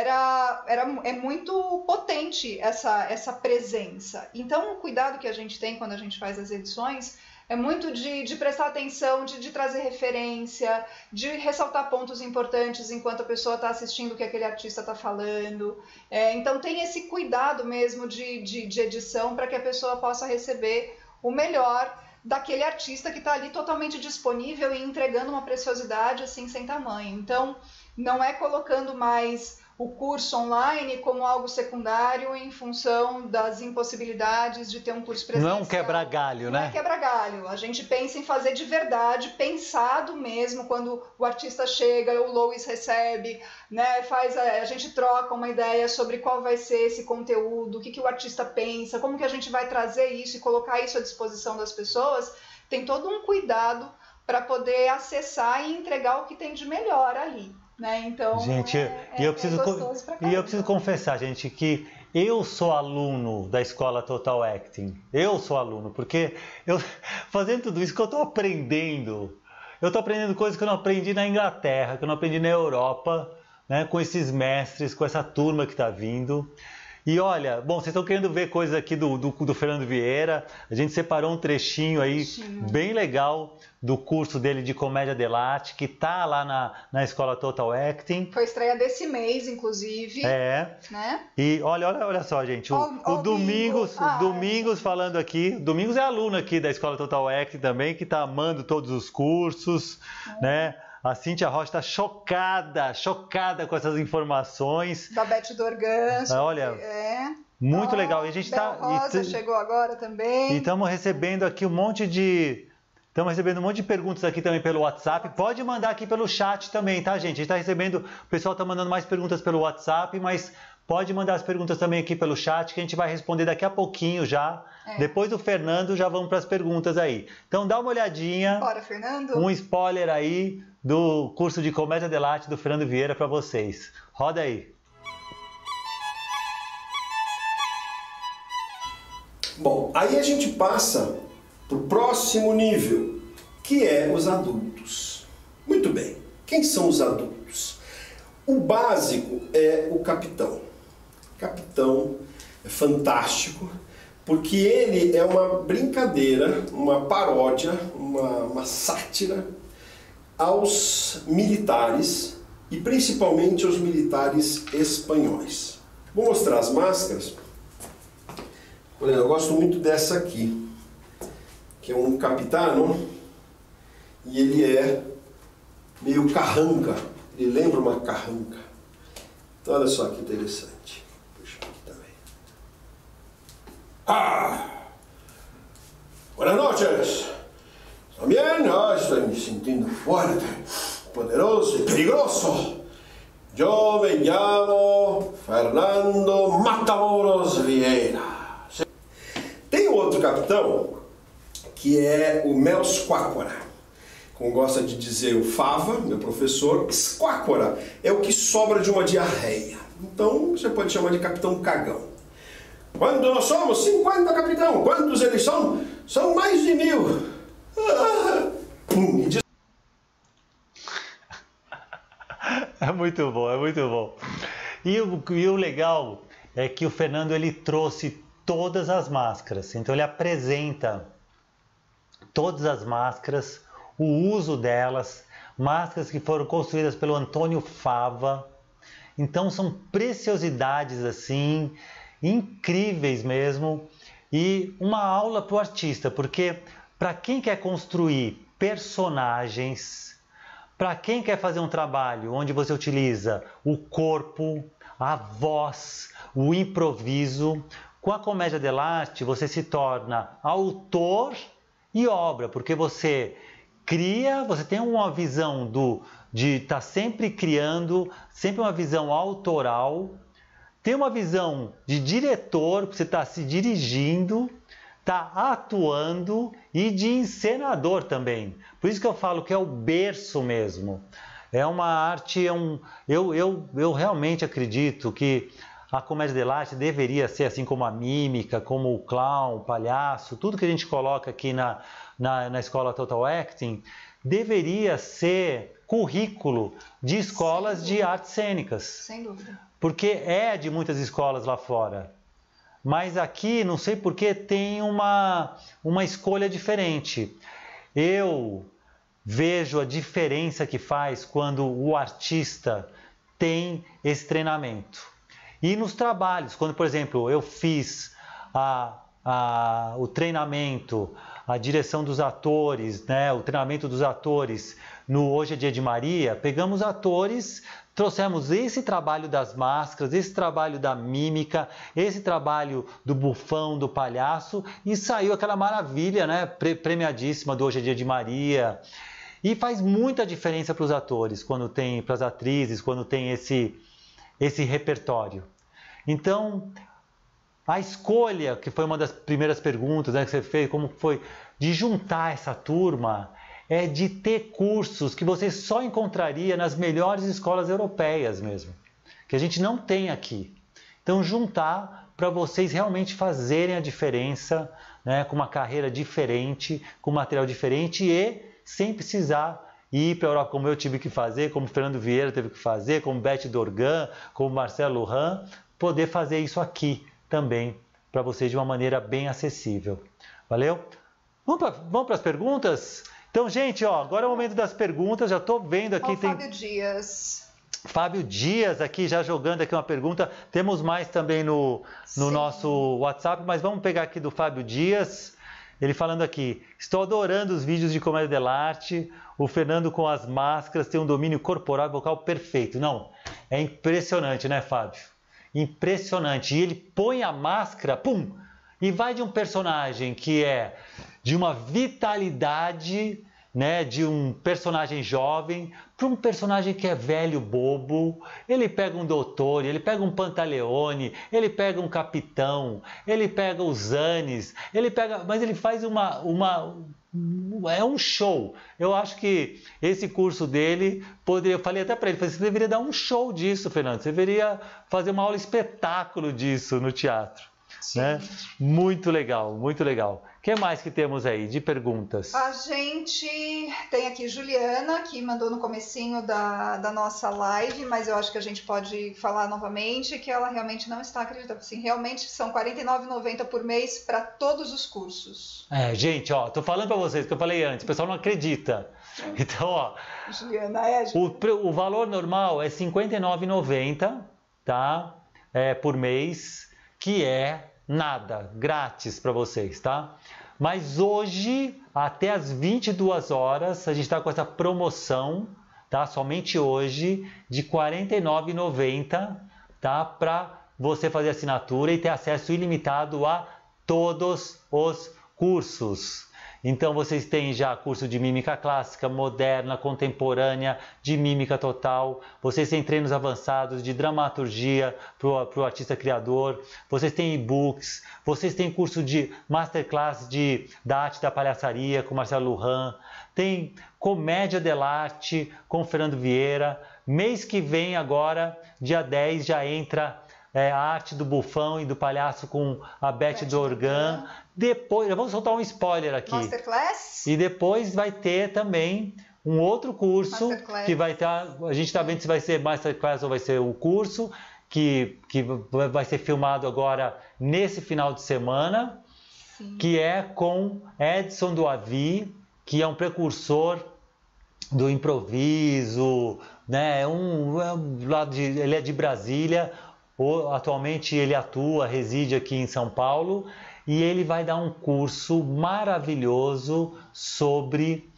é muito potente essa presença. Então, o cuidado que a gente tem quando a gente faz as edições é muito de prestar atenção, de trazer referência, de ressaltar pontos importantes enquanto a pessoa está assistindo o que aquele artista está falando. Então tem esse cuidado mesmo de edição para que a pessoa possa receber o melhor daquele artista que está ali totalmente disponível e entregando uma preciosidade assim sem tamanho. Então não é colocando mais o curso online como algo secundário em função das impossibilidades de ter um curso presencial. Não é um quebra-galho, né? Não é quebra-galho. A gente pensa em fazer de verdade, pensado mesmo, quando o artista chega, o Louis recebe, né? A gente troca uma ideia sobre qual vai ser esse conteúdo, o que o artista pensa, como que a gente vai trazer isso e colocar isso à disposição das pessoas. Tem todo um cuidado para poder acessar e entregar o que tem de melhor ali. Né? Então, gente, eu preciso confessar, gente, que eu sou aluno da Escola Total Acting. Eu sou aluno, porque fazendo tudo isso que eu estou aprendendo coisas que eu não aprendi na Inglaterra, que eu não aprendi na Europa, né? Com esses mestres, com essa turma que está vindo. E olha, bom, vocês estão querendo ver coisas aqui do Fernando Vieira. A gente separou um trechinho aí bem legal do curso dele de comédia dell'arte, que tá lá na Escola Total Acting. Foi estreia desse mês, inclusive. É. Né? E olha só, gente, o Domingos falando aqui. Domingos é aluno aqui da Escola Total Acting também, que tá amando todos os cursos, né? A Cíntia Rocha está chocada com essas informações. Da Beth Dorgan. Olha, muito legal. E a gente Rosa chegou agora também. E estamos recebendo aqui um monte de perguntas aqui também pelo WhatsApp. Pode mandar aqui pelo chat também, tá, gente? A gente está recebendo, o pessoal está mandando mais perguntas pelo WhatsApp, mas pode mandar as perguntas também aqui pelo chat, que a gente vai responder daqui a pouquinho já. Depois do Fernando, já vamos para as perguntas aí. Então dá uma olhadinha. Bora, Fernando. Um spoiler aí do curso de comédia dell'arte do Fernando Vieira para vocês. Roda aí. Bom, aí a gente passa para o próximo nível, que é os adultos. Muito bem, quem são os adultos? O básico é o capitão. O capitão é fantástico, porque ele é uma brincadeira, uma paródia, uma sátira aos militares e principalmente aos militares espanhóis. Vou mostrar as máscaras. Olha, eu gosto muito dessa aqui, que é um capitão, e ele é meio carranca, ele lembra uma carranca. Então olha só que interessante. Puxa aqui também. Buenas noches. También estoy me sintiendo fuerte, poderoso y peligroso. Yo me llamo Fernando Matamoros Vieira. Tem outro capitão que é o Mel Squacquora, como gosta de dizer o Fava, meu professor. Squacquora é o que sobra de uma diarreia. Então você pode chamar de capitão cagão. Quando nós somos 50 capitão, quantos eles são? São mais de 1000. É muito bom, é muito bom. E o legal é que o Fernando ele trouxe todas as máscaras. Então ele apresenta todas as máscaras, o uso delas, máscaras que foram construídas pelo Antônio Fava. Então são preciosidades assim, incríveis mesmo, e uma aula para o artista, porque para quem quer construir personagens, para quem quer fazer um trabalho onde você utiliza o corpo, a voz, o improviso, com a comédia dell'arte você se torna autor e obra, porque você cria, você tem uma visão de estar sempre criando, sempre uma visão autoral, tem uma visão de diretor, você está se dirigindo, está atuando, e de encenador também. Por isso que eu falo que é o berço mesmo. É uma arte, eu realmente acredito que a comédia dell'arte deveria ser assim como a mímica, como o clown, o palhaço, tudo que a gente coloca aqui na Escola Total Acting, deveria ser currículo de escolas de artes cênicas. Sem dúvida. Porque é de muitas escolas lá fora. Mas aqui, não sei porquê, tem uma escolha diferente. Eu vejo a diferença que faz quando o artista tem esse treinamento. E nos trabalhos, quando, por exemplo, eu fiz o treinamento, a direção dos atores, né, o treinamento dos atores no Hoje é Dia de Maria, pegamos atores, trouxemos esse trabalho das máscaras, esse trabalho da mímica, esse trabalho do bufão, do palhaço, e saiu aquela maravilha, né, premiadíssima do Hoje é Dia de Maria. E faz muita diferença para os atores, quando tem, para as atrizes, quando tem esse repertório. Então, a escolha, que foi uma das primeiras perguntas, né, que você fez, como foi, de juntar essa turma, é de ter cursos que você só encontraria nas melhores escolas europeias mesmo, que a gente não tem aqui. Então, juntar para vocês realmente fazerem a diferença, né, com uma carreira diferente, com material diferente e sem precisar ir para a Europa, como eu tive que fazer, como o Fernando Vieira teve que fazer, como Beth Dorgan, como Marcelo Lujan, poder fazer isso aqui também para vocês de uma maneira bem acessível. Valeu? Vamos para as perguntas? Então, gente, ó, agora é o momento das perguntas. Já estou vendo aqui. Tem Fábio Dias. Fábio Dias aqui, já jogando aqui uma pergunta. Temos mais também no nosso WhatsApp, mas vamos pegar aqui do Fábio Dias. Ele falando aqui: estou adorando os vídeos de comédia dell'arte. O Fernando com as máscaras tem um domínio corporal e vocal perfeito. Não, é impressionante, né, Fábio? Impressionante. E ele põe a máscara, pum, e vai de um personagem que é de uma vitalidade, né, de um personagem jovem para um personagem que é velho, bobo. Ele pega um doutor, ele pega um Pantaleone, ele pega um capitão, ele pega os Zanes, mas ele faz é um show. Eu acho que esse curso dele eu falei até para ele, você deveria dar um show disso, Fernando. Você deveria fazer uma aula espetáculo disso no teatro. Né? Muito legal, muito legal. O que mais que temos aí de perguntas? A gente tem aqui Juliana, que mandou no comecinho da nossa live, mas eu acho que a gente pode falar novamente que ela realmente não está acreditando. Assim, realmente são R$ 49,90 por mês para todos os cursos. Gente, ó, tô falando para vocês que eu falei antes, o pessoal não acredita. Então, ó, Juliana, o valor normal é R$ 59,90, tá? Por mês, que é nada, grátis para vocês, tá? Mas hoje, até as 22 horas, a gente está com essa promoção, tá? Somente hoje, de R$ 49,90, tá? Para você fazer assinatura e ter acesso ilimitado a todos os cursos. Então, vocês têm já curso de mímica clássica, moderna, contemporânea, de mímica total. Vocês têm treinos avançados de dramaturgia para o artista criador. Vocês têm e-books. Vocês têm curso de masterclass da arte da palhaçaria com Marcelo Lujan. Tem comédia dell'arte com Fernando Vieira. Mês que vem, agora, dia 10, já entra a arte do bufão e do palhaço com a Beth Dorgan. Depois, vamos soltar um spoiler aqui. Masterclass. E depois vai ter também um outro curso que vai ter. A gente está vendo se vai ser Masterclass ou vai ser o curso que vai ser filmado agora nesse final de semana. Sim. Que é com Edson do Avi, que é um precursor do improviso, né? Ele é de Brasília. Atualmente ele reside aqui em São Paulo, e ele vai dar um curso maravilhoso sobre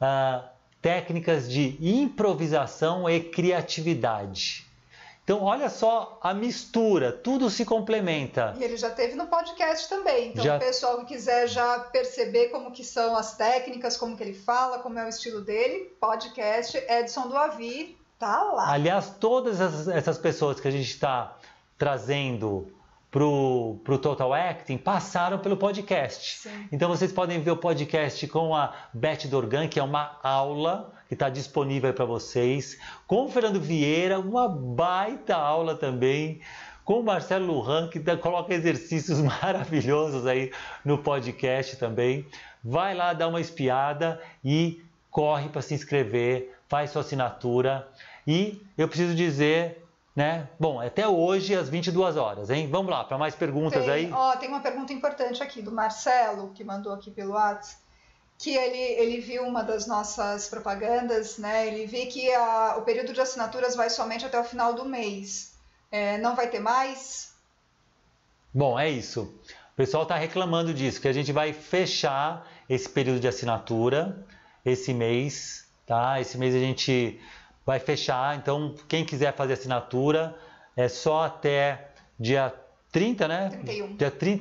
técnicas de improvisação e criatividade. Então, olha só a mistura, tudo se complementa. E ele já teve no podcast também, então o pessoal que quiser já perceber como que são as técnicas, como que ele fala, como é o estilo dele, podcast Edson do Avi, tá lá. Aliás, todas essas pessoas que a gente está trazendo pro Total Acting passaram pelo podcast. Sim. Então vocês podem ver o podcast com a Beth Dorgan, que é uma aula que está disponível para vocês, com o Fernando Vieira, uma baita aula também, com o Marcelo Lujan, que coloca exercícios maravilhosos aí no podcast também. Vai lá dar uma espiada e corre para se inscrever, faz sua assinatura. E eu preciso dizer, né? Bom, até hoje às 22 horas, hein? Vamos lá, para mais perguntas aí. Tem uma pergunta importante aqui do Marcelo, que mandou aqui pelo WhatsApp, que ele viu uma das nossas propagandas, né? Ele viu que o período de assinaturas vai somente até o final do mês. Não vai ter mais? Bom, é isso. O pessoal está reclamando disso, que a gente vai fechar esse período de assinatura, esse mês, tá? Esse mês a gente vai fechar, então quem quiser fazer assinatura é só até dia 30, né? 31.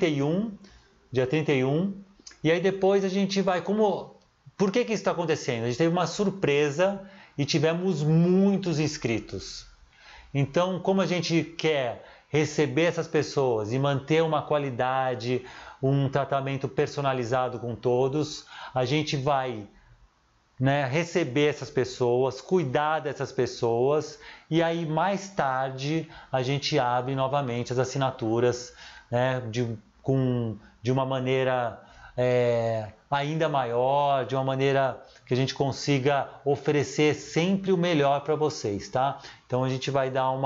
Dia 31. E aí depois a gente vai, por que isso está acontecendo? A gente teve uma surpresa e tivemos muitos inscritos. Então, como a gente quer receber essas pessoas e manter uma qualidade, um tratamento personalizado com todos, a gente vai, né, receber essas pessoas, cuidar dessas pessoas e aí mais tarde a gente abre novamente as assinaturas, né, de uma maneira ainda maior, de uma maneira que a gente consiga oferecer sempre o melhor para vocês, tá? Então a gente vai dar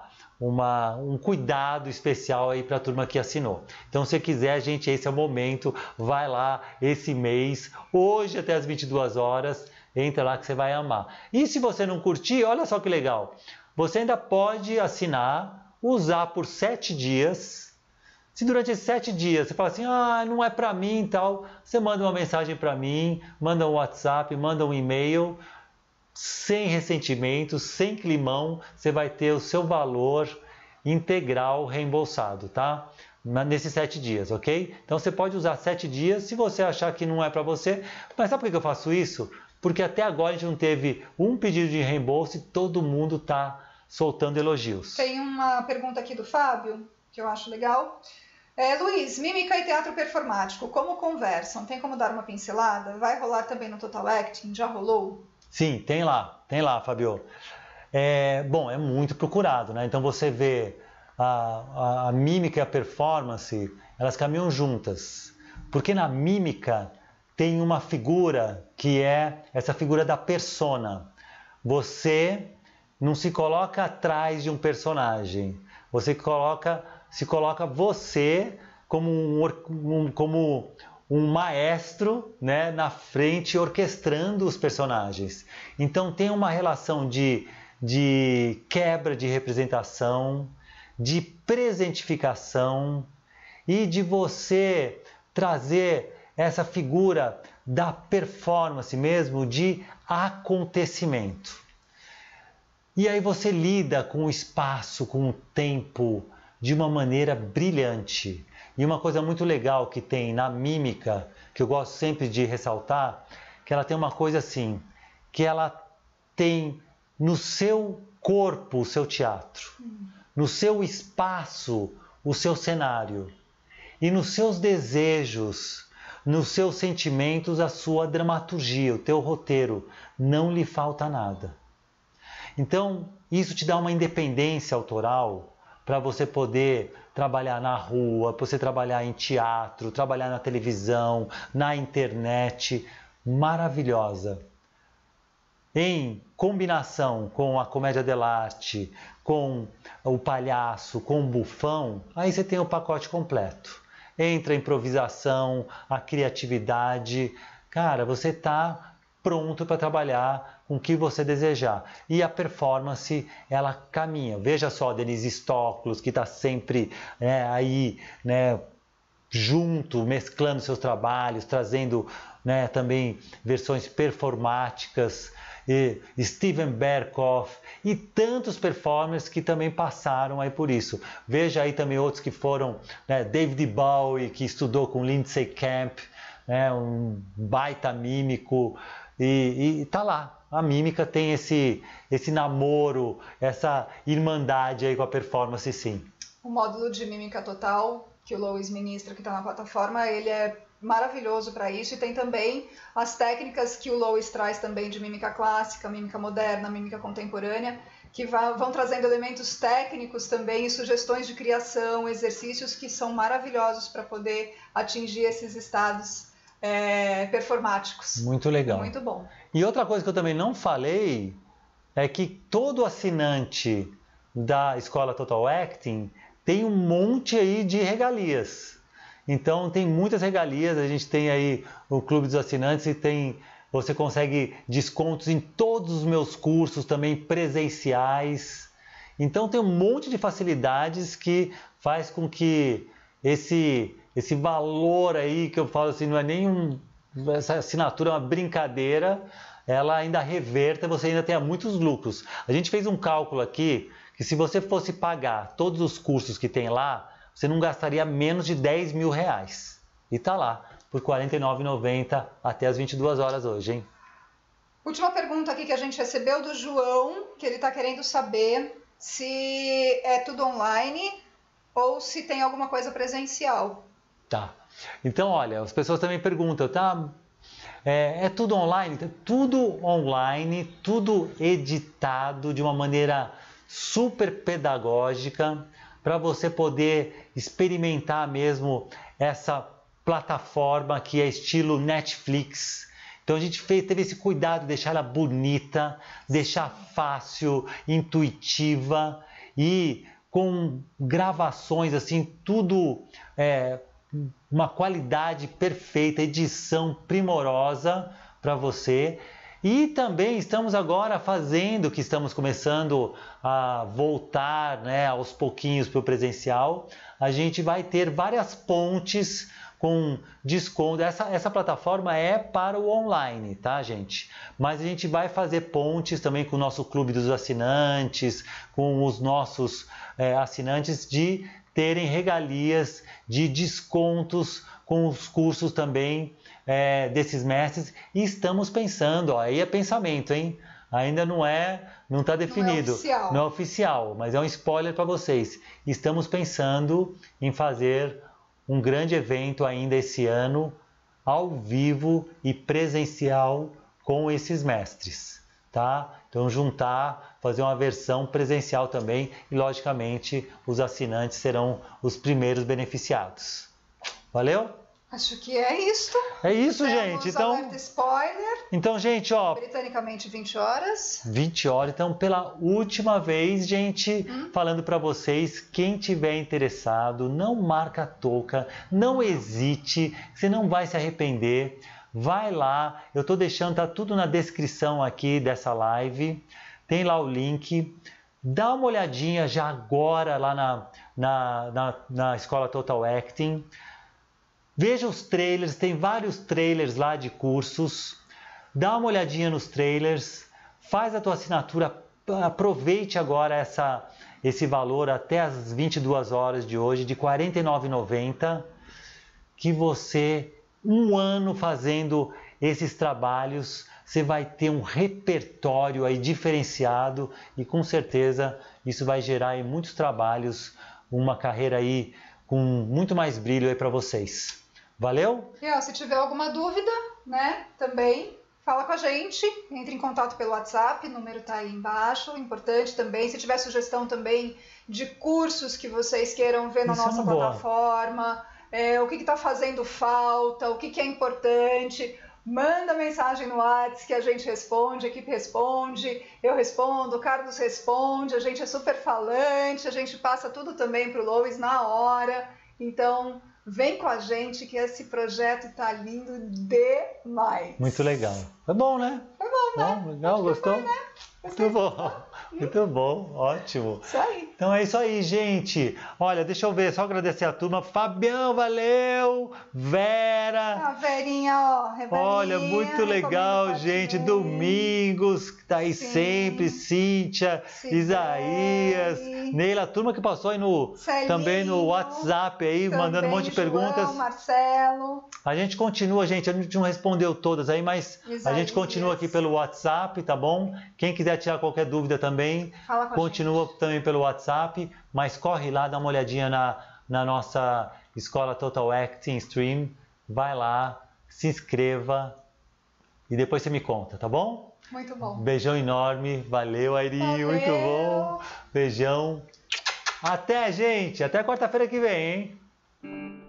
um cuidado especial aí para a turma que assinou. Então, se quiser, gente, esse é o momento, vai lá esse mês, hoje até as 22 horas, entra lá que você vai amar. E se você não curtir, olha só que legal, você ainda pode assinar, usar por 7 dias. Se durante esses 7 dias você fala assim, não é para mim e tal, você manda uma mensagem para mim, manda um WhatsApp, manda um e-mail, sem ressentimento, sem climão, você vai ter o seu valor integral reembolsado, tá? Nesses 7 dias, ok? Então você pode usar 7 dias se você achar que não é para você. Mas sabe por que eu faço isso? Porque até agora a gente não teve um pedido de reembolso e todo mundo está soltando elogios. Tem uma pergunta aqui do Fábio, que eu acho legal. Luiz, mímica e teatro performático, como conversam? Tem como dar uma pincelada? Vai rolar também no Total Acting? Já rolou? Sim, tem lá, Fabio. Bom, é muito procurado, né? Então você vê a mímica e a performance, elas caminham juntas. Porque na mímica tem uma figura que é essa figura da persona. Você não se coloca atrás de um personagem. Você se coloca você como um maestro, né, na frente orquestrando os personagens. Então tem uma relação de quebra de representação, de presentificação e de você trazer essa figura da performance mesmo, de acontecimento. E aí você lida com o espaço, com o tempo, de uma maneira brilhante. E uma coisa muito legal que tem na mímica, que eu gosto sempre de ressaltar, que ela tem uma coisa assim, que ela tem no seu corpo o seu teatro, no seu espaço o seu cenário, e nos seus desejos, nos seus sentimentos a sua dramaturgia, o teu roteiro. Não lhe falta nada. Então, isso te dá uma independência autoral para você poder trabalhar na rua, para você trabalhar em teatro, trabalhar na televisão, na internet, maravilhosa. Em combinação com a comédia dell'arte, com o palhaço, com o bufão, aí você tem o pacote completo. Entra a improvisação, a criatividade, cara, você está pronto para trabalhar com o que você desejar. E a performance, ela caminha. Veja só, Denise Stoklos, que está sempre aí, né, junto, mesclando seus trabalhos, trazendo, né, também versões performáticas, e Steven Berkoff e tantos performers que também passaram aí por isso. Veja aí também outros que foram, né, David Bowie, que estudou com Lindsay Camp, né, um baita mímico, e tá lá. A mímica tem esse namoro, essa irmandade aí com a performance, sim. O módulo de mímica total que o Lois ministra, que está na plataforma, ele é maravilhoso para isso, e tem também as técnicas que o Lois traz também de mímica clássica, mímica moderna, mímica contemporânea, que vão trazendo elementos técnicos também e sugestões de criação, exercícios que são maravilhosos para poder atingir esses estados performáticos. Muito legal. Muito bom. E outra coisa que eu também não falei é que todo assinante da Escola Total Acting tem um monte aí de regalias. Então tem muitas regalias, a gente tem aí o Clube dos Assinantes e você consegue descontos em todos os meus cursos, também presenciais. Então tem um monte de facilidades que faz com que esse valor aí, que eu falo assim, não é nem essa assinatura é uma brincadeira, ela ainda reverta, você ainda tenha muitos lucros. A gente fez um cálculo aqui, que se você fosse pagar todos os cursos que tem lá, você não gastaria menos de 10 mil reais. E tá lá, por R$ 49,90 até as 22 horas hoje, hein? Última pergunta aqui que a gente recebeu do João, que ele está querendo saber se é tudo online ou se tem alguma coisa presencial. Tá. Então, olha, as pessoas também perguntam, tá? É tudo online? Tudo online, tudo editado de uma maneira super pedagógica para você poder experimentar mesmo essa plataforma que é estilo Netflix. Então a gente teve esse cuidado de deixar ela bonita, deixar fácil, intuitiva e com gravações assim, tudo uma qualidade perfeita, edição primorosa para você. E também estamos agora que estamos começando a voltar, né, aos pouquinhos para o presencial. A gente vai ter várias pontes com desconto. Essa plataforma é para o online, tá, gente? Mas a gente vai fazer pontes também com o nosso clube dos assinantes, com os nossos assinantes de terem regalias de descontos com os cursos também desses mestres. E estamos pensando, ó, aí é pensamento, hein? Ainda não está definido, não é oficial, mas é um spoiler para vocês. Estamos pensando em fazer um grande evento ainda esse ano, ao vivo e presencial com esses mestres, tá? Então fazer uma versão presencial também e, logicamente, os assinantes serão os primeiros beneficiados. Valeu? Acho que é isso. É isso, gente. Então, spoiler. Então, gente, ó, britanicamente 20 horas. 20 horas. Então, pela última vez, gente, falando para vocês, quem tiver interessado, não marca a touca, não hesite, você não vai se arrepender. Vai lá, eu tô deixando, tá tudo na descrição aqui dessa live. Tem lá o link. Dá uma olhadinha já agora lá na Escola Total Acting. Veja os trailers, tem vários trailers lá de cursos. Dá uma olhadinha nos trailers, faz a tua assinatura, aproveite agora esse valor até as 22 horas de hoje, de R$ 49,90, que você, um ano fazendo esses trabalhos, você vai ter um repertório aí diferenciado e com certeza isso vai gerar aí muitos trabalhos, uma carreira aí com muito mais brilho aí para vocês. Valeu? E, se tiver alguma dúvida, né, também fala com a gente, entre em contato pelo WhatsApp, o número tá aí embaixo, importante também, se tiver sugestão também de cursos que vocês queiram ver na nossa plataforma, o que está fazendo falta, o que é importante, manda mensagem no WhatsApp que a gente responde, a equipe responde, eu respondo, o Carlos responde, a gente é super falante, a gente passa tudo também para o Lois na hora, então vem com a gente que esse projeto tá lindo demais. Muito legal. É bom, né? É bom, né? Bom, legal, gostou? Foi, né? Muito bom. Muito bom, ótimo. Isso aí. Então é isso aí, gente. Olha, deixa eu ver, só agradecer a turma. Fabião, valeu. Vera. A Verinha, ó. Olha, muito legal, gente. Domingos, que tá aí sempre. Cíntia, Isaías, Neila, a turma que passou aí também no WhatsApp aí, mandando um monte de perguntas. Marcelo. A gente continua, gente. A gente não respondeu todas aí, mas Isaías. A gente continua aqui pelo WhatsApp, tá bom? Quem quiser tirar qualquer dúvida também, continua também pelo WhatsApp, mas corre lá, dá uma olhadinha na nossa Escola Total Acting Stream, vai lá, se inscreva e depois você me conta, tá bom? Muito bom. Beijão enorme, valeu, Airinho, muito bom. Beijão. Até, gente, até quarta-feira que vem, hein?